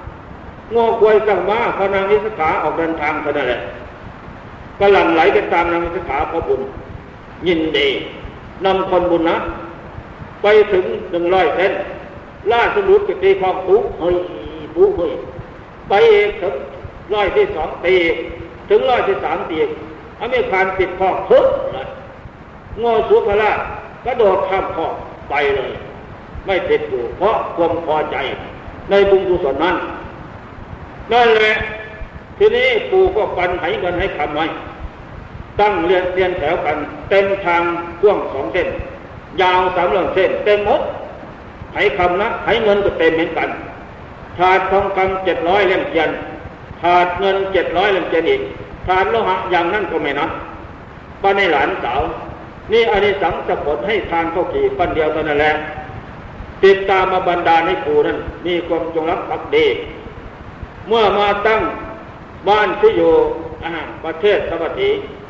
พอนางนิสขาออกเดินทางเท่านั้นแหละก็หลั่งไหลไปตามนางนิสขาเพราะบุญยินดีนำคนบุญนะไปถึง100 เซนล่าสุดก็ตีความปุ๊เฮ้ยไปอีกถึง100 ที่ 2ตีถึง100 ที่ 3ตีอเมริกันปิดคอกพึ่งเลยงัวสุภราชกระโดดข้ามคอกไปเลยไม่ติดอยู่เพราะความพอใจในบุญกุศลนั้นนั่นแหละทีนี้ปู่ก็ปันให้เงินให้คำไว้ตั้งเรียนแถวกันเต็มทางกว้าง2 เส้นยาว300 เส้นเต็มหมดให้คำนะให้เงินก็เต็มเหมือนกันถาดทองคำ700 เล่มเทียนถาดเงิน700 เล่มเทียนอีกถาดโลหะอย่างนั้นก็ไม่นับป้าในหลานสาวนี่อานิสงส์ผลให้ทานข้าวกี่ปั้นเดียวเท่านั้นแหละติดตามมาบันดาลให้ปู่นั้นมีความจงรักภักดีเมื่อมาตั้งบ้านที่อยู่ประเทศสวัสดี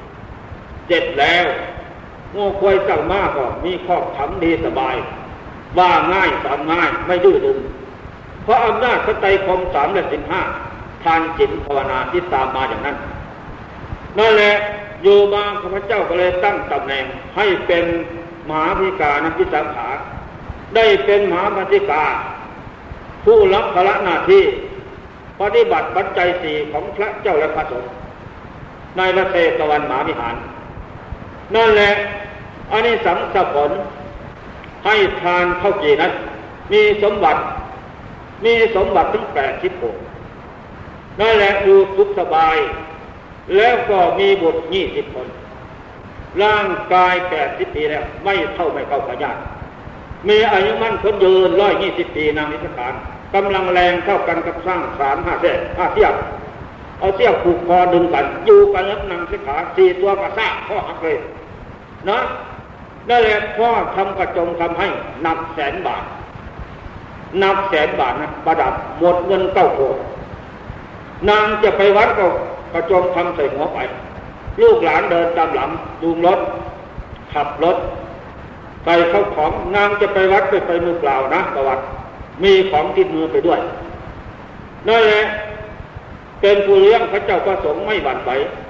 7แล้วงัวควายสั่งมากก็มีครอบถำดีสบายว่าง่ายสอนง่ายไม่ดื้อดึงเพราะอำนาจพระไตรคม3 และ 15ทานศีลภาวนาที่ตามมาอย่างนั้นนั่นแหละอยู่มาข้าพเจ้าก็เลยตั้งตำแหน่งให้เป็นมหาภิกานักวิสาขาได้เป็นมหาภิกาผู้รับภาระหน้าที่ปฏิบัติปัจจัย4ของพระเจ้าและพระสงฆ์ในพระเทศวันมหาวิหารนั่นแหละอานิสงส์ผลให้ทานข้าวจี่นั้นมีสมบัติถึง80 โกฏนั่นแหละอยู่สุขสบายแล้วก็มีบุตร20 คนร่างกาย80 ปีแล้วไม่เข้าพยาธิมีอายุมั่นคนยืน120 ปีนางนิสขากำลังแรงเท่ากันกับสร้างศาล5 เทียบเอาเสี้ยวผูกคอดึงกันอยู่กันแล้วนางนิสขา4 ตัวกระซ่าข้อหักเลยนะนั่นแหละพ่อทำกระจงทำให้นับ100,000 บาทนะประดับหมดเงิน9 โกฏนางจะไปวัดก็กระจงทำใส่หัวไปลูกหลานเดินตามหลังจูงรถขับรถใส่เข้าของนางจะไปวัดไปมือเปล่านะประวัติมีของติดมือไปด้วยนั่นแหละเป็นผู้เลี้ยงพระเจ้าประสงค์ไม่หวั่นไหวพ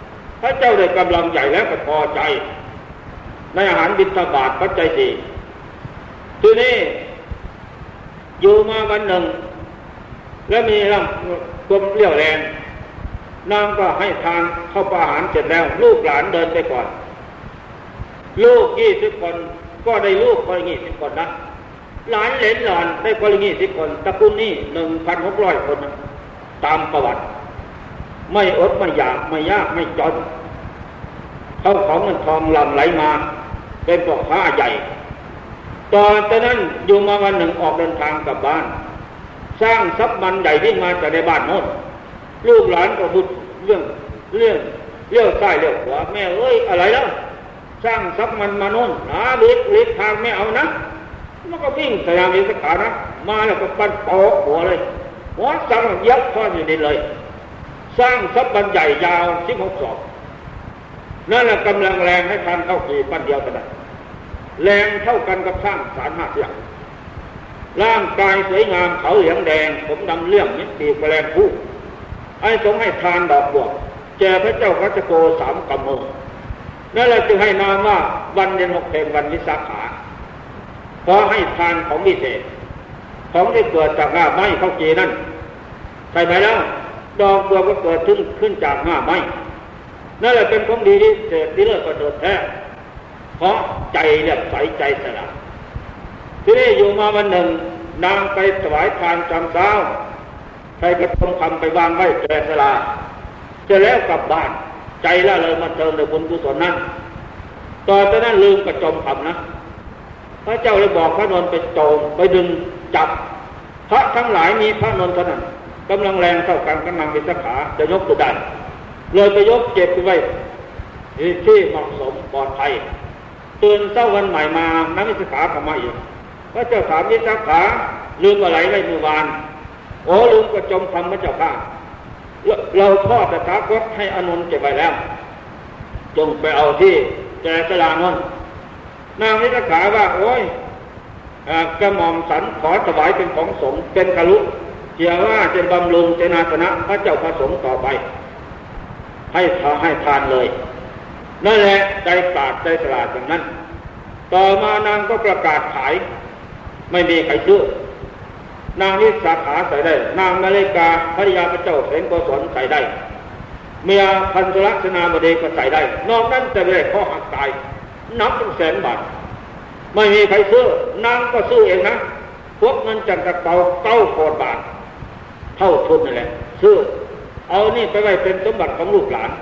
ระเจ้าได้กำลังใหญ่แล้วก็พอใจในอาหารบิณฑบาตปัจจัยสี่ทีนี้อยู่มาวันหนึ่งแล้วมีร่างกลมเรี่ยวแรงนางก็ให้ทานเข้าปอาหารเสร็จแล้วลูกหลานเดินไปก่อนลูก20 คนก็ได้ลูกคน20 คนนะหลานเหลนหลานได้คน20 คนตระกูลนี้ 1,600 คนนะตามประวัติไม่อดไม่อยากไม่ยากไม่จนเขาของเงินทองหลั่งไหลมาเป็นพ่อค้าใหญ่ตอนนั้นอยู่มาวันหนึ่งออกเดินทางกลับบ้านสร้างทรัพย์มันใหญ่ที่มาจากในบ้านโน้นลูกหลานก็พูดเรื่องเลี้ยวซ้ายเลี้ยวขวาแม่เอ้ยอะไรแล้วสร้างทรัพย์มันมาโน้นนะลิดทางไม่เอานะมันก็วิ่งสยามวิสขานะมาแล้วก็ปั้นโป๊ะหัวเลยหัวสั่งยับข้ออยู่ดินเลยสร้างทรัพย์มันใหญ่ยาว16 ศอกนั่นแหละกำลังแรงให้ทานเข้ากี่ปั้นเดียวกันแรงเท่ากันกับสร้างศาล5 เสียงร่างกายสวยงามเขาเหลืองแดงผมดำเลี่ยมนิตีแปลงผู้ไอ้ทรงให้ทานดอกบัวแจกพระเจ้าคัจฉโก3 กำมือนั่นแหละจึงให้นามว่าวันเดือน6 เพลวันวิสาขาเพราะให้ทานของพิเศษของที่เกิดจากง่าไม้ข้าวจีนั่นใช่ไหมแล้วดอกบัวก็เกิดขึ้นจากง่าไม้นั่นแหละเป็นของดีที่เศษที่เลิศประเสริฐแท้เพราะใจเรียบใสใจสละที่นี่อยู่มาวันหนึ่งนางไปถวายทานจำเช้าใครก็ต้องทำไปวางไว้แก่สลาจะแล้วกลับบ้านใจละเลยมาเติมในบุญกุศลนั้นตอนนั้นลืมกระจมคำนะพระเจ้าเลยบอกพระนนท์ไปโจมไปดึงจับพระทั้งหลายมีพระนนท์เท่านั้นกำลังแรงเท่ากันกำลังวิสาขาจะยกตัวได้เลยไปยกเจ็บไปไว้ที่เหมาะสมปลอดภัยตื่นเช้าวันใหม่มานักวิสาขากลับมาอีกพระเจ้าถามวิสาขาลืมอะไรไว้เมื่อวานโอ้ลืมกระจมคำพระเจ้าข้าเราทอดตถาคตให้อานนท์เก็บไว้แล้วจงไปเอาที่แจสลานนท์นางวิสาขาว่าโอ้ยกระหม่อมสันขอถวายเป็นของสงฆ์เป็นคลุเชื่อว่าจะบำรุงเจนาสนะพระเจ้าพระสงฆ์ต่อไปให้ทานเลยนั่นแหละใจปราดใจสลาดอย่างนั้นต่อมานางก็ประกาศขายไม่มีใครซื้อนางวิสาขาใส่ได้นางนาฬิกาภริยาพระเจ้าเสนโกศลใส่ได้เมียพันธุรักษณาบดีก็ใส่ได้นอกนั้นจะไม่ได้ข้อหักตายนับเป็นแสนบาทไม่มีใครซื้อนางก็ซื้อเองนะพวกเงินจากกระเป๋า9 บาทเท่าทุนนั่นแหละซื้อเอานี่ไปไว้เป็นสมบัติของลูกหลาน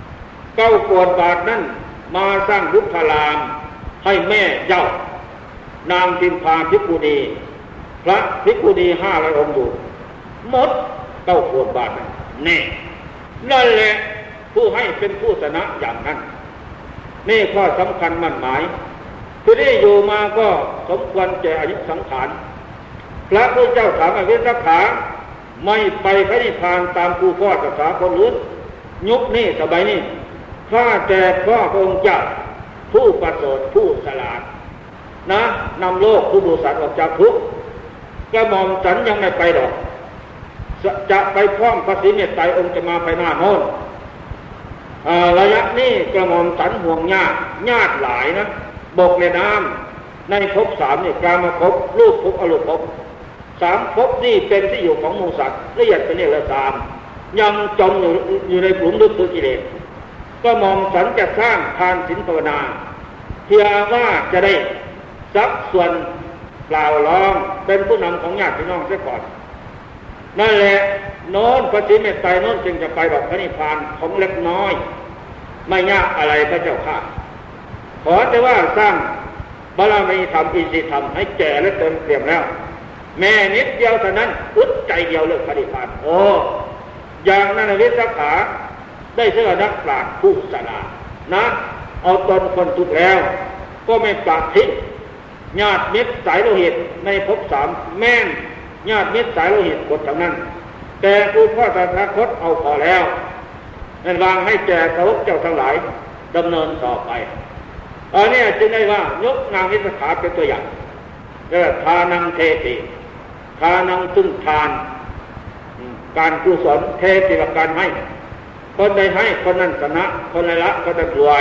9 บาทนั่นมาสร้างบุพารามให้แม่เจ้านางพิมพาภิกขุณีพระภิกขุณี500 องค์อยู่หมด9 บาทนั่นแหละผู้ให้เป็นผู้ชนะอย่างนั้นนี่ข้อสำคัญมั่นหมายที่ได้อยู่มาก็สมควรแก่อายุสังขารพระพุทธเจ้าถามอวิสาขาไม่ไปพระนิพพานตามครูพ่อศาสนาคนอื่นยุคนี้สมัยนี้ข้าแต่พ่อพระองค์เจ้าผู้ประเสริฐผู้ฉลาดนะนำโลกผู้ดูสัตว์ออกจากทุกข์กระหม่อมฉันยังไม่ไปดอกจะไปพร้อมพระศรีเมตไตรองค์จะมาภายหน้าโน้นระยะนี้กระหม่อมฉันห่วงญาติหลายนะบกในน้ำในภพ3นี่กามภพรูปภพอรูปภพ3 ภพนี่เป็นที่อยู่ของหมู่สัตว์ละเอียดเป็นนี่ละ3ยังจมอยู่ในกลุ่มลึกคือกิเลสก็มองสันจะสร้างทานศีลภาวนาเพื่อว่าจะได้ทรัพย์ส่วนเปล่าล้อมเป็นผู้นำของญาติพี่น้องเสียก่อนนั่นแหละโน้นพระศรีเมตไตรโน้นจึงจะไปบอกพระนิพพานของเล็กน้อยไม่ยากอะไรพระเจ้าค่ะขอแต่ว่าสร้างบารมีธรรมอินทรีย์ธรรมให้แก่และเต็มเปี่ยมแล้วแม่นิดเดียวเท่านั้นอึดใจเดียวเลิกพระนิพพานโอ้อย่างนั้นวิสาขาได้เชื่อนักปราชญ์ผู้ฉลาดนะเอาตนคนทุกข์แล้วก็ไม่ปราดทิ้งญาติมิตรสายโลหิตในภพ3แม่นญาติมิตรสายโลหิตกดทั้งนั้นแต่ผู้พ่อตถาคตเอาพอแล้วนั่นวางให้แก่สาวกเจ้าทั้งหลายดำเนินต่อไปอันนี้จึงได้ว่ายกนางวิสาขาเป็นตัวอย่างทานังเทติทานังซึ่งทานการกุศลเทติว่าการให้คนใดให้คนนั้นชนะคนใดละก็จะรวย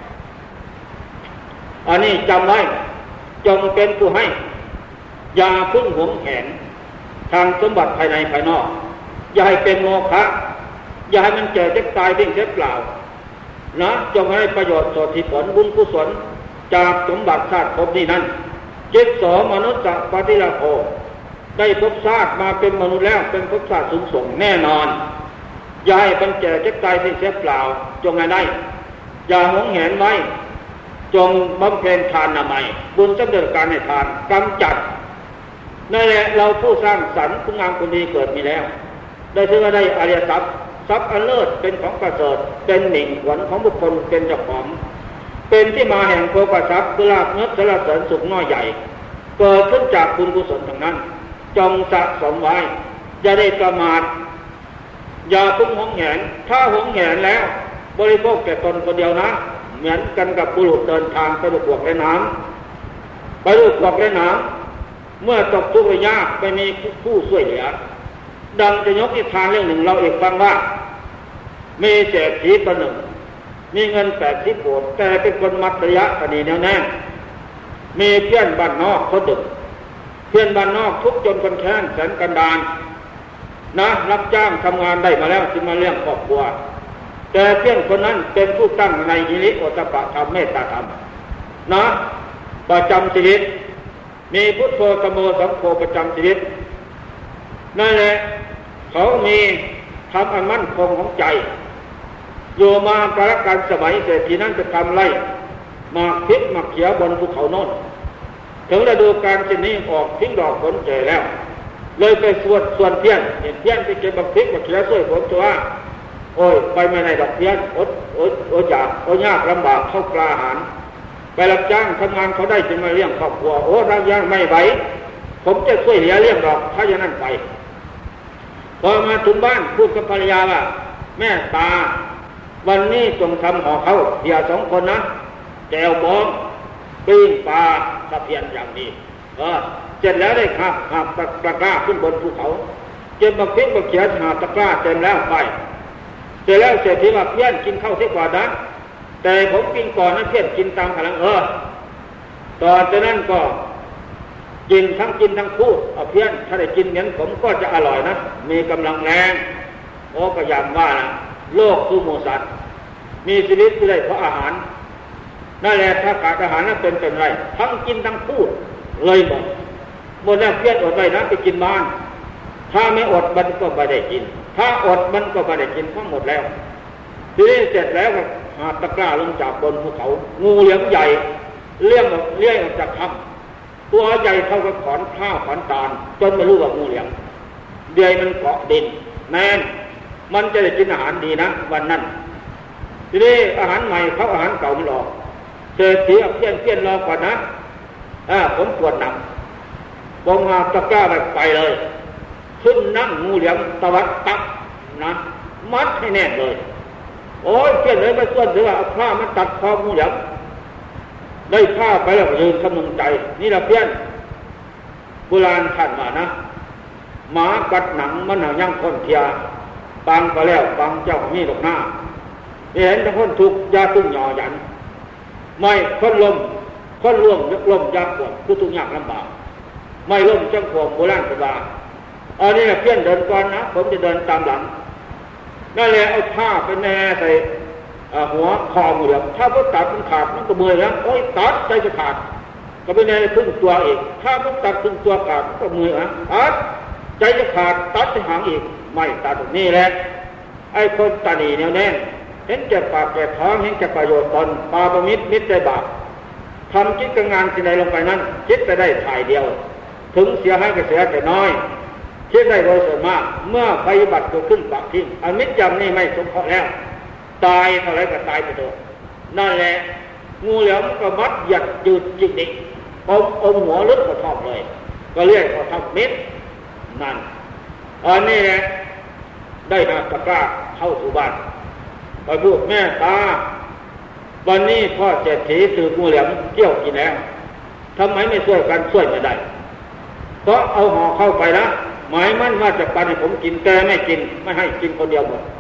อันนี้จำไว้จงเป็นผู้ให้อย่าพึ่งหวงแหนทางสมบัติภายในภายนอกอย่าให้เป็นโมฆะอย่าให้มันเจ็บตายทิ้งเสียเปล่านะจงให้ประโยชน์ส่วนที่ผลบุญกุศลจากสมบัติชาติภพนี้นั้นจิตโสมนุษย์ปฏิลาโภได้ภพชาติมาเป็นมนุษย์แล้วเป็นภพชาติสูงส่งแน่นอนอย่าให้มันเจ็บตายทิ้งเสียเปล่าจงให้ได้อย่าหวงแหนไว้จงบำเพ็ญทานใหม่บุญสำเร็จการให้ทานกำจัดนั่นแหละเราผู้สร้างสรรค์คุณงามความดีเกิดมีแล้วได้ถือว่าได้อริยทรัพย์ทรัพย์อันเลิศเป็นของประเสริฐเป็นหมิ่งขวัญของบุคคลเป็นเจ้าของเป็นที่มาแห่งโภคทรัพย์คือลาภยศสรรเสริญสุขน้อยใหญ่เกิดขึ้นจากบุญกุศลทั้งนั้นจงสะสมไว้อย่าได้ประมาทอย่าพึ่งหวงแหนถ้าหวงแหนแล้วบริโภคแต่ตนคนเดียวนะเหมือนกันกับบุรุษเดินทางไปดูพวกในน้ำไปดูพวกในน้ำเมื่อตกทุกข์ยากไม่มีผู้ช่วยเหลือดังจะยกนิทานเรื่องหนึ่งเราเอกฟังว่ามีเศรษฐีคนหนึ่งมีเงิน80 โกฏแต่เป็นคนมัธยะคดีแน่วแน่มีเพื่อนบ้านนอกคนหนึ่งเพื่อนบ้านนอกทุกจนคนแค้นแสนกันดารนะรับจ้างทำงานได้มาแล้วจึงมาเลี้ยงครอบครัวแต่เพื่อนคนนั้นเป็นผู้ตั้งในหิริโอตปะธรรมเมตตาธรรมนะประจำชีวิตมีพุทโธธัมโมสังโฆประจำชีวิตนั่นแหละเขามีทำอันมั่นคงของใจอยู่มาประการสมัยเศรษฐีนั้นจะทำไรมาพริกมาเขียวบนภูเขาโน่นถึงฤดูกาลเช่นนี้ออกทิ้งดอกผลเจแล้วเลยไปส่วนเพี้ยนเห็นเพี้ยนไปเก็บบักพริกมาเขียวช่วยผลตัวโอ้ยไปไม่ได้ดอกเพี้ยนอดอยากยากลำบากเข้ากลาหารไปรับจ้างทำงานเขาได้จึงมาเลี้ยงครอบครัวโอ้รับจ้างไม่ไหวผมจะช่วยเหลือเลี้ยงดอกถ้าอย่างนั้นไปพอมาถึงบ้านพูดกับภรรยาว่าแม่ตาวันนี้จงทำห่อเขาเพีย2 คนนะแจวบองปิ้งปลาตะเพียนอย่างนี้เสร็จแล้วได้ขับตะกร้าขึ้นบนภูเขาเก็บมาพริกมาเขียนหาตะกร้าเต็มแล้วไปเสร็จแล้วเศรษฐีว่าเพี้ยนกินข้าวเสียกว่านั้นแต่ผมกินก่อนนะเพี้ยนกินตามพลังต่อจากนั้นก็กินทั้งพูดเอาเพี้ยนถ้าได้กินเหมือนผมก็จะอร่อยนะมีกำลังแรงโอ้ก็อย่างว่านะโลกคือหมูสัตว์มีชีวิตที่ได้เพราะอาหารนั่นแหละถ้าขาดอาหารนั้นเป็นไรทั้งกินทั้งพูดเลยหมดแล้วเพี้ยนอดไปนะไปกินบ้านถ้าไม่อดมันก็ไม่ได้กินถ้าอดมันก็ไม่ได้กินทั้งหมดแล้วทีนี้เสร็จแล้วก็หาตะกร้าลงจากบนภูเขางูเหลือมใหญ่เลี้ยงออกจากถ้ำตัวใหญ่เท่ากับขอนข้าวขอนตาลจนไม่รู้ว่างูเหลือมเดือยมันเกาะดินแน่นมันจะได้กินอาหารดีนะวันนั้นทีนี้อาหารใหม่เขาอาหารเก่ามันออกเศรษฐีเพี้ยนรอก่อนนะผมปวดหนักผมหาตะกร้าไปเลยขึ้นนั่งงูเหลือมตวัดตักนะมัดให้แน่นเลยโอ้ยเพี้ยนเลยไม่ส่วนเสือเอาผ้ามันตัดคองูเหลือมได้ผ้าไปแล้วยืนคำนึงใจนี่ละเพี้ยนโบราณท่านมานะหมากัดหนังมันหนังยังคนเทียบางก็แล้วบางเจ้ามีดอกหน้าเห็นแต่คนถูกยาตุ้งหย่อหยันไม่คนล่วงยกล่มยากปวดคือทุกอย่างลำบากไม่ล่มจังขวงโบราณกว่าอันนี้เพี้ยนเดินก่อนนะผมจะเดินตามหลังนั่นแหละเอาผ้าไปแน่ใส่หัวคอหมดแล้วถ้าพวกตัดมันขาดมันก็เมื่อยแล้วโอ้ยตัดใจจะขาดก็ไปแน่ครึ่งตัวอีกถ้าพวกตัดครึ่งตัวขาดก็เมื่อยตัดใจจะขาดตัดจะหางอีกไม่ตัดตรงนี้แหละไอ้คนตาหนีแนวแน่เห็นแก่ปากแก่ท้องเห็นแก่ประโยชน์ตนปาประมิตรมิตรได้บาปทำจิตกับงานที่ใดลงไปนั้นคิดไปได้ถ่ายเดียวถึงเสียให้ก็เสียแต่น้อยคิดได้โดยส่วนมากเมื่อภัยบัติเกิดขึ้นปากทิ้งอมิตรยำนี่ไม่สมเคราะห์แล้วตายเท่าไรก็ตายไปโดยนั่นแหละงูเหลือมก็มัดหยัดจืดจิกดิอมหัวลึกกระทบเลยก็เรียกกระทบเม็ดนั่นอันนี้แหละได้นาตะกร้าเข้าสู่บ้านไปพูดแม่ตาวันนี้พ่อเศรษฐีถืองูเหลือมเที่ยวกินแล้วทำไมไม่ช่วยกันช่วยไม่ได้เพราะเอาห่อเข้าไปนะหมายมั่นว่าจะปันให้ผมกินแต่ไม่กินไม่ให้กินคนเดียวหมด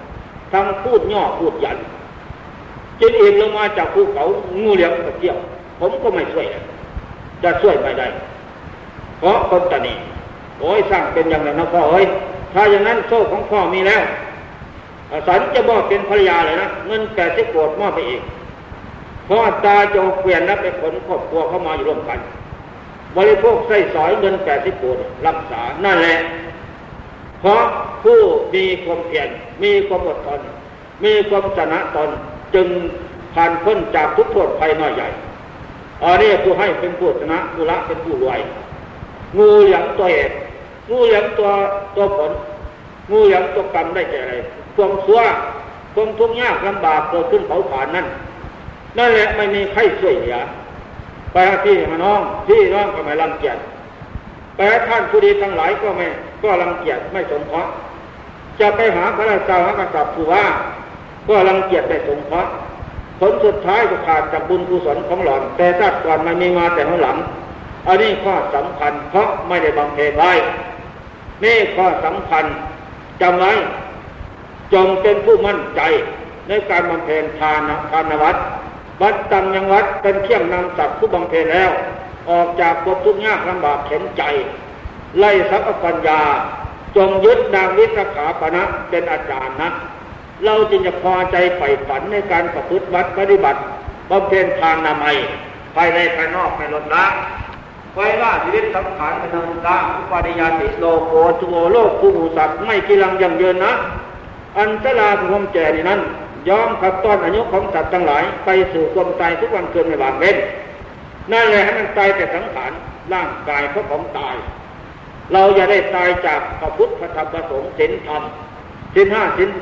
ทั้งพูดย่อพูดหยันจนเองลงมาจากภูเขางูเหลือมก็เกี่ยวผมก็ไม่ช่วยจะช่วยไม่ได้เพราะคนตนีโอ้ยสร้างเป็นอย่างไรนะพ่อเอ้ยถ้าอย่างนั้นโซ่ของพ่อมีแล้วสันจะมอบเป็นภรรยาเลยนะเงิน80 โกฏมอบไปอีกเพราะตาจะเปลี่ยนแล้วไปขนครอบครัวเข้ามาอยู่ร่วมกันบริโภคไส้สอยเงิน80 โกฏรักษานั่นแหละเพราะผู้มีความเพียรมีความอดทนมีความชนะตนจึงผ่านพ้นจากทุกโทษภัยน้อยใหญ่อันนี้ผู้ให้เป็นผู้ชนะผู้ละเป็นผู้รวยงูเหลือมตัวเหตุงูเหลือมตัวผลงูเหลือมตัวกรรมได้แก่อะไรความชั่วความทุกข์ยากลำบากเกิดขึ้นเผาผลาญนั่นแหละไม่มีใครช่วยเหลือไปหาพี่หาน้องพี่น้องก็ไม่รังเกียจไปหาท่านผู้ดีทั้งหลายก็รังเกียจไม่สงเคราะห์จะไปหาพระราชาหากษัตริย์ผู้ว่าก็รังเกียจไม่สงเคราะห์ผลสุดท้ายก็ขาดจากบุญกุศลของหล่อนแต่ชาติก่อนมันมีมาแต่ข้างหลังอันนี้ข้อสำคัญเพราะไม่ได้บำเพ็ญไว้นี่ข้อสำคัญจำไว้จงเป็นผู้มั่นใจในการบำเพ็ญทานวัดวัดตังยังวัดเป็นเครื่องนำสัตว์ผู้บำเพ็ญแล้วออกจากกฎทุกข์ยากลำบากเข็นใจไล่ทรัพย์ปัญญาจงยึดนางวิสาขาปณะเป็นอาจารย์นะเราจึงจะพอใจใฝ่ฝันในการประพฤติวัดปฏิบัติบำเพ็ญทานนามัยภายในภายนอกไม่ลดละไว้ว่าชีวิตสังขารเป็นอนัตตาอุปาณิยาติโลโกจุโอโลกผู้หูสัตว์ไม่กีรังยั่งยืนนะอันตรายของความแก่นี่นั้นย้อมขับต้อนอายุของสัตว์ทั้งหลายไปสู่ความตายทุกวันเกินไม่บางเว้นนั่นแหละให้มันตายแต่สังขารร่างกายเพราะของตายเราอย่าได้ตายจากพระพุทธพระธรรมพระสงฆ์ศีลธรรมศีล 5ศีล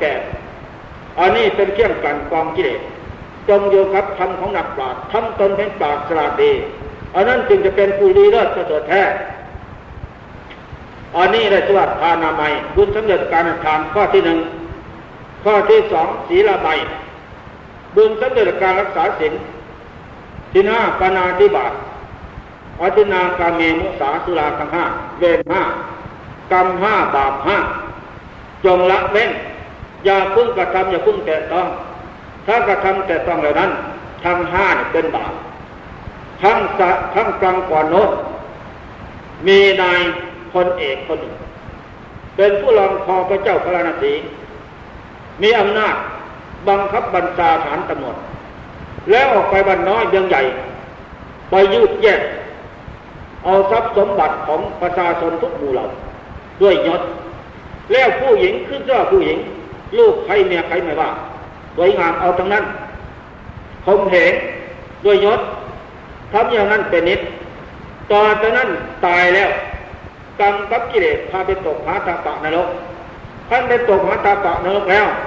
8อันนี้เป็นเครื่องกลั่นกรองกิเลสจงอยู่กับธรรมของนักปราชญ์ทำตนเป็นปราชญ์ฉลาดดีอันนั้นจึงจะเป็นผู้ดีเลิศประเสริฐแท้อันนี้ได้ชื่อว่าทานามัยบุญสำเร็จการทานข้อที่ 1ข้อที่ 2ศีลามัยบุญสำเร็จการรักษาศีลที่ 5ปาณาติบาตอธินากาเมมุสาสุราทั้ง5เวร5กรรม5บาป5จงละเว้นอย่าพึ่งกระทำอย่าพึ่งแต่ต้องถ้ากระทำแต่ต้องเหล่านั้นทั้ง5เนี่ยเป็นบาปทั้งกลางก่อนโน้นมีนายพลเอกคนหนึ่งเป็นผู้รองคอพระเจ้าพระราชสีมีอำนาจบังคับบัญชาฐานตำรวจแล้วออกไปบ้านน้อยเมืองใหญ่ไปยืดแย่งเอาทรัพย์สมบัติของประชาชนทุกหมู่เหล่าด้วยยศแล้วผู้หญิงขึ้นเจ้าผู้หญิงลูกใครเมียใครไม่ว่าสวยงามเอาทั้งนั้นข่มเหงด้วยยศทำอย่างนั้นเป็นนิดต่อจากนั้นตายแล้วกรรมกับกิเลสพาไปตกหาตาปะนรกท่านไปตกหาตาปะนรกแล้ว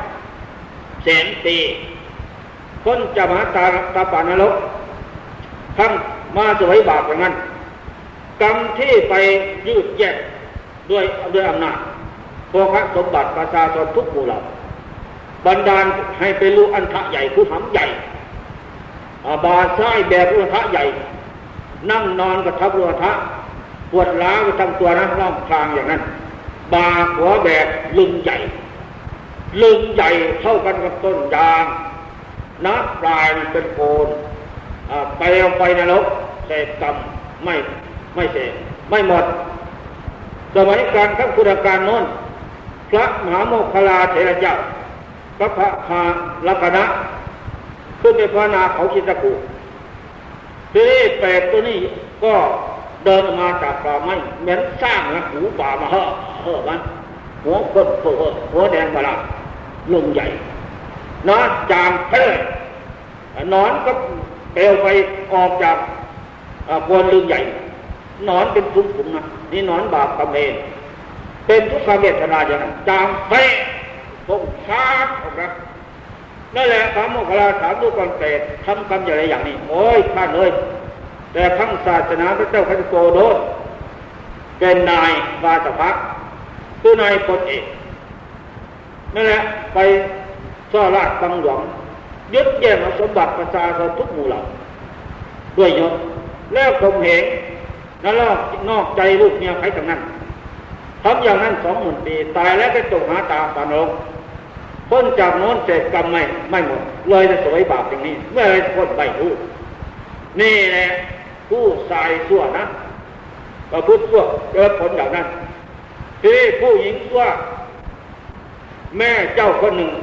100,000 ปีคนจะมาตาปะนรกทั้งมาสวยบาปอย่างนั้นกรรมที่ไปยืดแยกด้วยอำนาจโภคสมบัติประชาชนทุกหมู่เหล่าบันดาลให้ไปรู้อันทะใหญ่คือหำใหญ่บาซ้ายแบบอันทะใหญ่นั่งนอนกับทับอันทะปวดล้าวไปทั้งตัวนะร่องคลางอย่างนั้นบาหัวแบบลึงใหญ่เท่ากันกับต้นยางนับปลายเป็นโคนไปเอาไปนรกเศษกรรมไม่เศษไม่หมดสมัยการขั้งพุทธกาลโน้นพระมหาโมคคัลลาเถระเจ้าพระพาลักณะขึ้นไปภาวนาเขาคิตกูทีนี้แปดตัวนี้ก็เดินออกมาจากป่าไม้เหมือนสร้างนะหูป่ามาเห่อมันหัวคนหัวแดงบลาลุงใหญ่นะจามเพ่นอนก็เปลวไฟออกจากกวนลุงใหญ่นอนเป็นถุงๆนะนี่นอนบาปกรรมเองเป็นทุกขเวทนาอย่างนั้นจามเพ่พงชาดออกนะนั่นแหละพระโมคคัลลาถามดูก่อนเปรตทำกรรมอย่างไรอย่างนี้โอ้ยท่านเลยแต่ครั้งศาสนาพระเจ้าคันโกโดนเป็นนายวาสภักดิ์คือนายพลเอกนั่นแหละไปซ่อราชบังหลวงยึดแย่งสมบัติประชาชนทุกหมู่เหล่าด้วยยศแล้วข่มเหงแล้วนอกใจลูกเมียใครทั้งนั้นทำอย่างนั้น20,000 ปีตายแล้วไปตกหาตาปานรกพ้นจากโน้นเสร็จกรรมไม่หมดเลยจะสวยบาปอย่างนี้เมื่อไรพ้นไม่รู้นี่แหละผู้สายชั่วนะประพฤติชั่วเกิดผลอย่างนั้นทีนี้ผู้หญิงชั่วแม่เจ้าคนหนึ่ง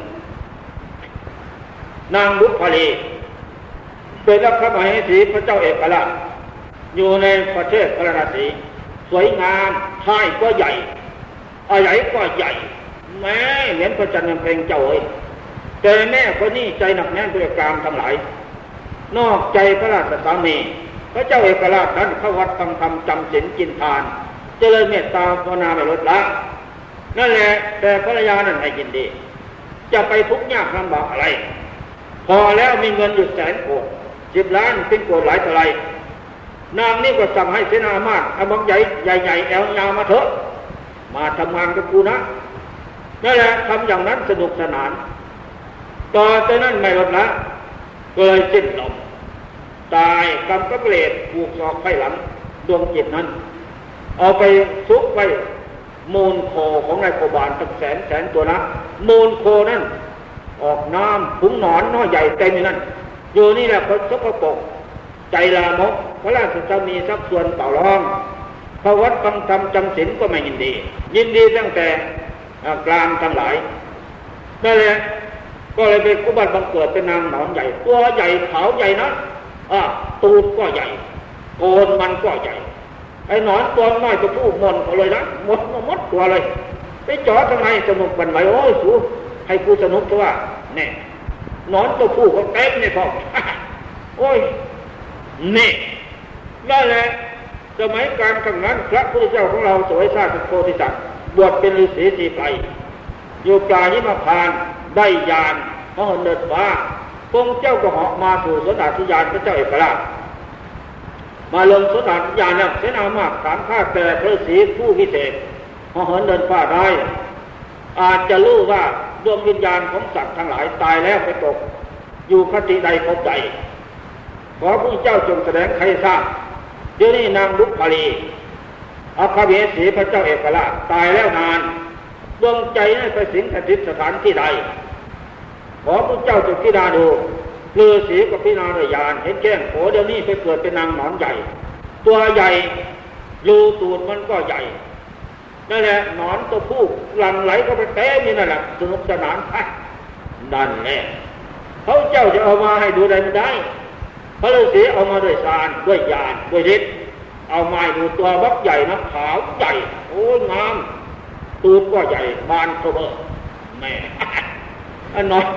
นางบุพภีเป็นรัชมเหสีพระเจ้าเอกราชอยู่ในประเทศพาราณสีสวยงามท้ายก็ใหญ่ใหญ่ก็ใหญ่แม้เหมือนพระจันทร์เพลงเจ้าเอ๋ยแต่แม่คนนี้ใจหนักแน่นด้วยกามทั้งหลายนอกใจพระราชสามีพระเจ้าเอกราชนั้นเข้าวัดฟังธรรมจำศีลกินทานเจริญเมตตาภาวนาไม่ลดละนั่นแหละแต่ภรรยานั้นให้ยินดีจะไปทุกข์ยากลำบากอะไรพอแล้วมีเงินอยู่100,000 โกฏ10 ล้านเป็นโกฏหลายเท่าไรนางนี่ก็สั่งให้เสนามาศเอาบังใหญ่ใหญ่แอวยาวมาเถอะมาทำงานกับกูนะนั่นแหละทำอย่างนั้นสนุกสนานต่อจากนั้นไม่ลดละเกิดสิ้นลมตายกรรมก็เกลียดผูกศอกไฟหลังดวงจิตนั้นเอาไปซุกไว้มูลโคของนายโคบาลตั้งแสนตัวนะมูลโคนั้นออกน้ำผุงหนอนน้อยใหญ่เต็มอยู่นั่นอยู่นี่แหละคนสกปรกใจลามกพระราชสามีทรัพย์ส่วนเป่าร้องพระวัดฟังธรรมจำศีลก็ไม่ยินดีตั้งแต่กลางทั้งหลายนั่นแหละก็เลยไปกุบัติบังเกิดเป็นนางหนอนใหญ่ตัวใหญ่ขาวใหญ่นะตูดก็ใหญ่โกนมันก็ใหญ่ไอ้หนอนตัวน้อยตัวผู้มนเขาเลยนะหมดตัวเลยไปจ่อทำไมสนุกบันไหวโอ้ยสูให้กูสนุกตัวแน่หนอนตัวผู้ก็เต็มในท้องโอ้ยนี่นั่นแหละสมัยการครั้งนั้นพระพุทธเจ้าของเราสวยชาติโพธิสัตว์บวชเป็นฤาษีสีไพรอยู่ปลายหิมพานต์ได้ญาณเหาะเดินฟ้าพระเจ้าก็เหาะมาสู่สนธิญาณพระเจ้าเอกราชมาลงสนธิญาณแล้วเสนามาศถามข้าแต่พระฤาษีผู้พิเศษเหาะเดินฟ้าได้อาจจะรู้ว่าดวงวิญญาณของสัตว์ทั้งหลายตายแล้วไปตกอยู่คติใดภพใดขอพระเจ้าจงแสดงให้ทราบเดี๋ยวนี้นางบุพภีอัครเหสีพระเจ้าเอกราชตายแล้วนานดวงใจนั้นไปสิงสถิตสถานที่ใดขอพระเจ้าจงพิจารณาดูฤาษีก็พิจารณาด้วยญาณเห็นแจ้งโอ้เดี๋ยวนี้ไปเกิดเป็นนางหนอนใหญ่ตัวใหญ่รูตูดมันก็ใหญ่นั่นแหละหนอนตัวผู้หลั่งไหลก็ไปเต้นี่นั่นแหละสนุกสนานไปนั่นแหละเขาเจ้าจะเอามาให้ดูได้ไม่ได้พระฤาษีเอามาด้วยฌานด้วยญาณด้วยฤทธิ์เอาไม้ดูตัวบักใหญ่นะขาวใหญ่โอ้งามตูดก็ใหญ่บานเท่าเบอร์แม่นอน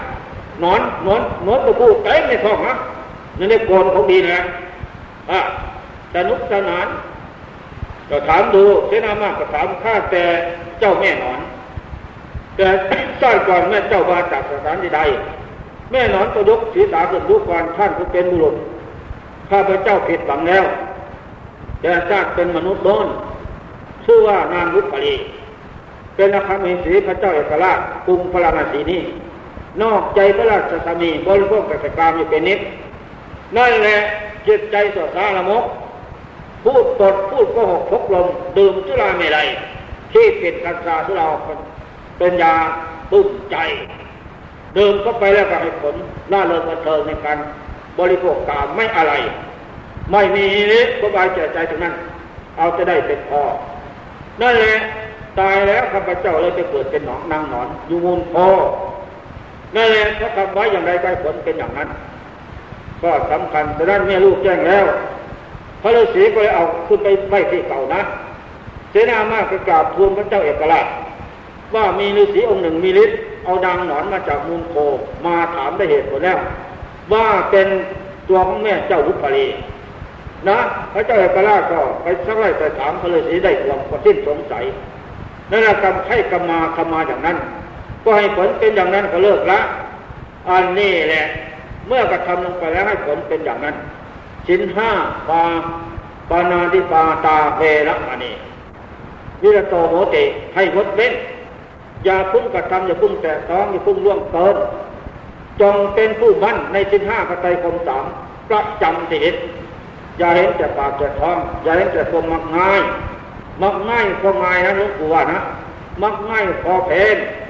ตัวผู้เต็มในท้องนะนั่นได้โกนเขาดีนะสนุกสนานก็ถามดูเสนามาศก็ถามข้าแต่เจ้าแม่หนอนแต่ทราบก่อนแม่เจ้ามาจากสถานที่ใดแม่หนอนก็ยกศีรษะขึ้นดูก่อนท่านผู้เป็นบุรุษข้าพเจ้าผิดหวังแล้วแต่ชาติเป็นมนุษย์โน้นชื่อว่านางบุพภีเป็นอัครมเหสีพระเจ้าเอกราชกรุงพาราณสีนี้นอกใจพระราชสามีบริโภคแต่กามอยู่เป็นนิดนั่นแหละจิตใจสดสาละมกพูดปดพูดโกหกพกลมดื่มสุราเมลัยที่ปิดกัญชาสุราเป็นยาปึ้มใจดื่มเข้าไปแล้วก็ให้ผลล่าเริงบันเทิงในการบริโภคกามไม่อะไรไม่มีนิสบายใจตรงนั้นเอาจะได้เป็นพอนั่นแหละตายแล้วข้าพเจ้าเลยจะเกิดเป็นนางหนอนอยู่มูลโพนั่นแหละเขาทำไว้อย่างไรก็ผลเป็นอย่างนั้นก็สำคัญแต่ด้านแม่ลูกแจ้งแล้วพระฤาษีก็เลยเอาขึ้นไปไว้ที่เก่านะเสนามาศก็กราบทูลพระเจ้าเอกราชว่ามีฤาษีองค์หนึ่งมีฤทธิ์เอานางหนอนมาจากมูลโพมาถามได้เหตุผลแล้วว่าเป็นตัวของแม่เจ้าบุพภีนะพระเจ้าเอกราชก็ไปสักไล่ไปถามพระฤาษีได้ความก็สิ้นสงสัยนั่นแหละกรรมให้กรรมาอย่างนั้นก็ให้ผลเป็นอย่างนั้นก็เลิกละอันนี้แหละเมื่อกระทำลงไปแล้วให้ผลเป็นอย่างนั้นศีล 5ปานาติปาตาเวรมณีวิรโตโหติให้งดเว้นอย่าพุ่งกระทำอย่าพุ่งแตะต้องอย่าพุ่งล่วงเกินจงเป็นผู้มั่นในศีล 5พระไตรคม 3ประจำชีวิตอย่าเห็นแต่ปากแต่ท้องอย่าเห็นแต่ความมักง่ายพอง่ายนะหลวงปู่ว่านะมักง่ายพอเพลน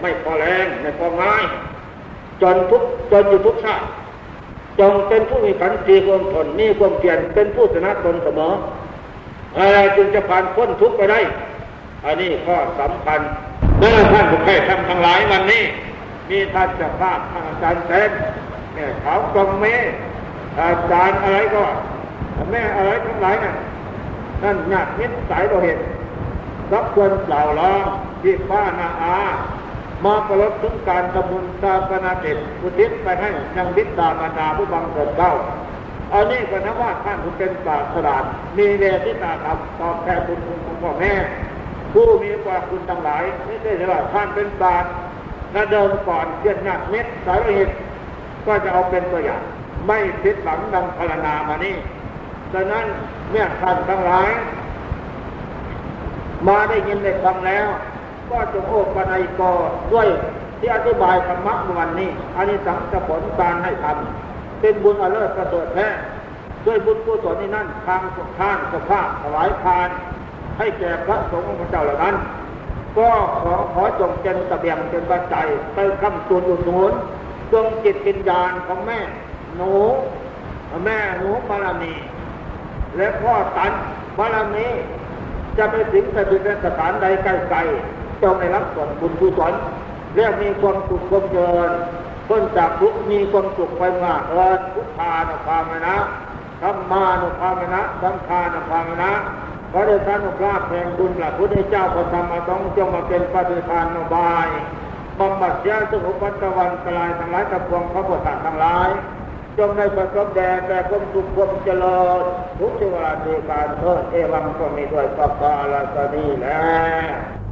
ไม่พอแรงไม่พอง่ายจนอยู่ทุกชาติจงเป็นผู้มีขันติความทนมีความเพียรเป็นผู้ชนะตนเสมออะไรจึงจะผ่านพ้นทุกข์ไปได้อันนี้ข้อสำคัญดังนั้นท่านผู้ใคร่ทำทั้งหลายวันนี้มีท่านเจ้าภาพท่านอาจารย์แสนแม่ขาวกองเมอาจารย์อะไรก็แม่อะไรทั้งหลายนั่นญาติมิตรสายเราเห็นรับควรเปล่าล้อที่ป้านาอามาประลบถึงการทำบุญตามปณาเด็ดอุทิศไปให้ยังบิดามารดาผู้บังเกิดเก้าอันนี้ก็นับว่าท่านผู้เป็นศาสดามีเดชที่ตาทำตอบแทนบุญคุณของพ่อแม่ผู้มีความคุณทั้งหลายไม่ใช่ว่าท่านเป็นศาสตร์และเดิมก่อนเชื่อญาติมิตรสายเราเห็นก็จะเอาเป็นตัวอย่างไม่ผิดหวังดังพรรณนามานี้ดังนั้นเมื่อท่านทั้งหลายมาได้ยินได้ฟังแล้วก็จงโอปนัยกอด้วยที่อธิบายธรรมะวันนี้อานิสงส์ผลการให้ทำเป็นบุญอเลิศประเสริฐแท้ด้วยบุญกุศลนี้นั่นทางท่านสภาพถวายทานให้แก่พระสงฆ์ของพระเจ้าเหล่านั้นก็ขอจงเป็นเสบียงเป็นปัจจัยไปคำจุนอุดหนุนดวงจิตวิญญาณของแม่หนูบารมีและพ่อตันบารมีจะไปถึงสถานใดไกลๆจงได้รับส่วนบุญกุศลและมีความสุขความเจริญพ้นจากทุกข์มีความสุขไปมากพุทธานุภาเวนะธัมมานุภาเวนะสังฆานุภาเวนะพระเดชพระนุภาพแห่งบุญพระพุทธเจ้าพระธรรมต้องจงมาเป็นปฏิภาณบายบำบัดยาสุขปัตตวันตรายทั้งหลายตะพวงพระพุทธทั้งหลายจงได้ประสบแด่แต่ความสุขความเจริญทุกเวลาในการเทศเอวังก็มีด้วยประกาศนี้แหละ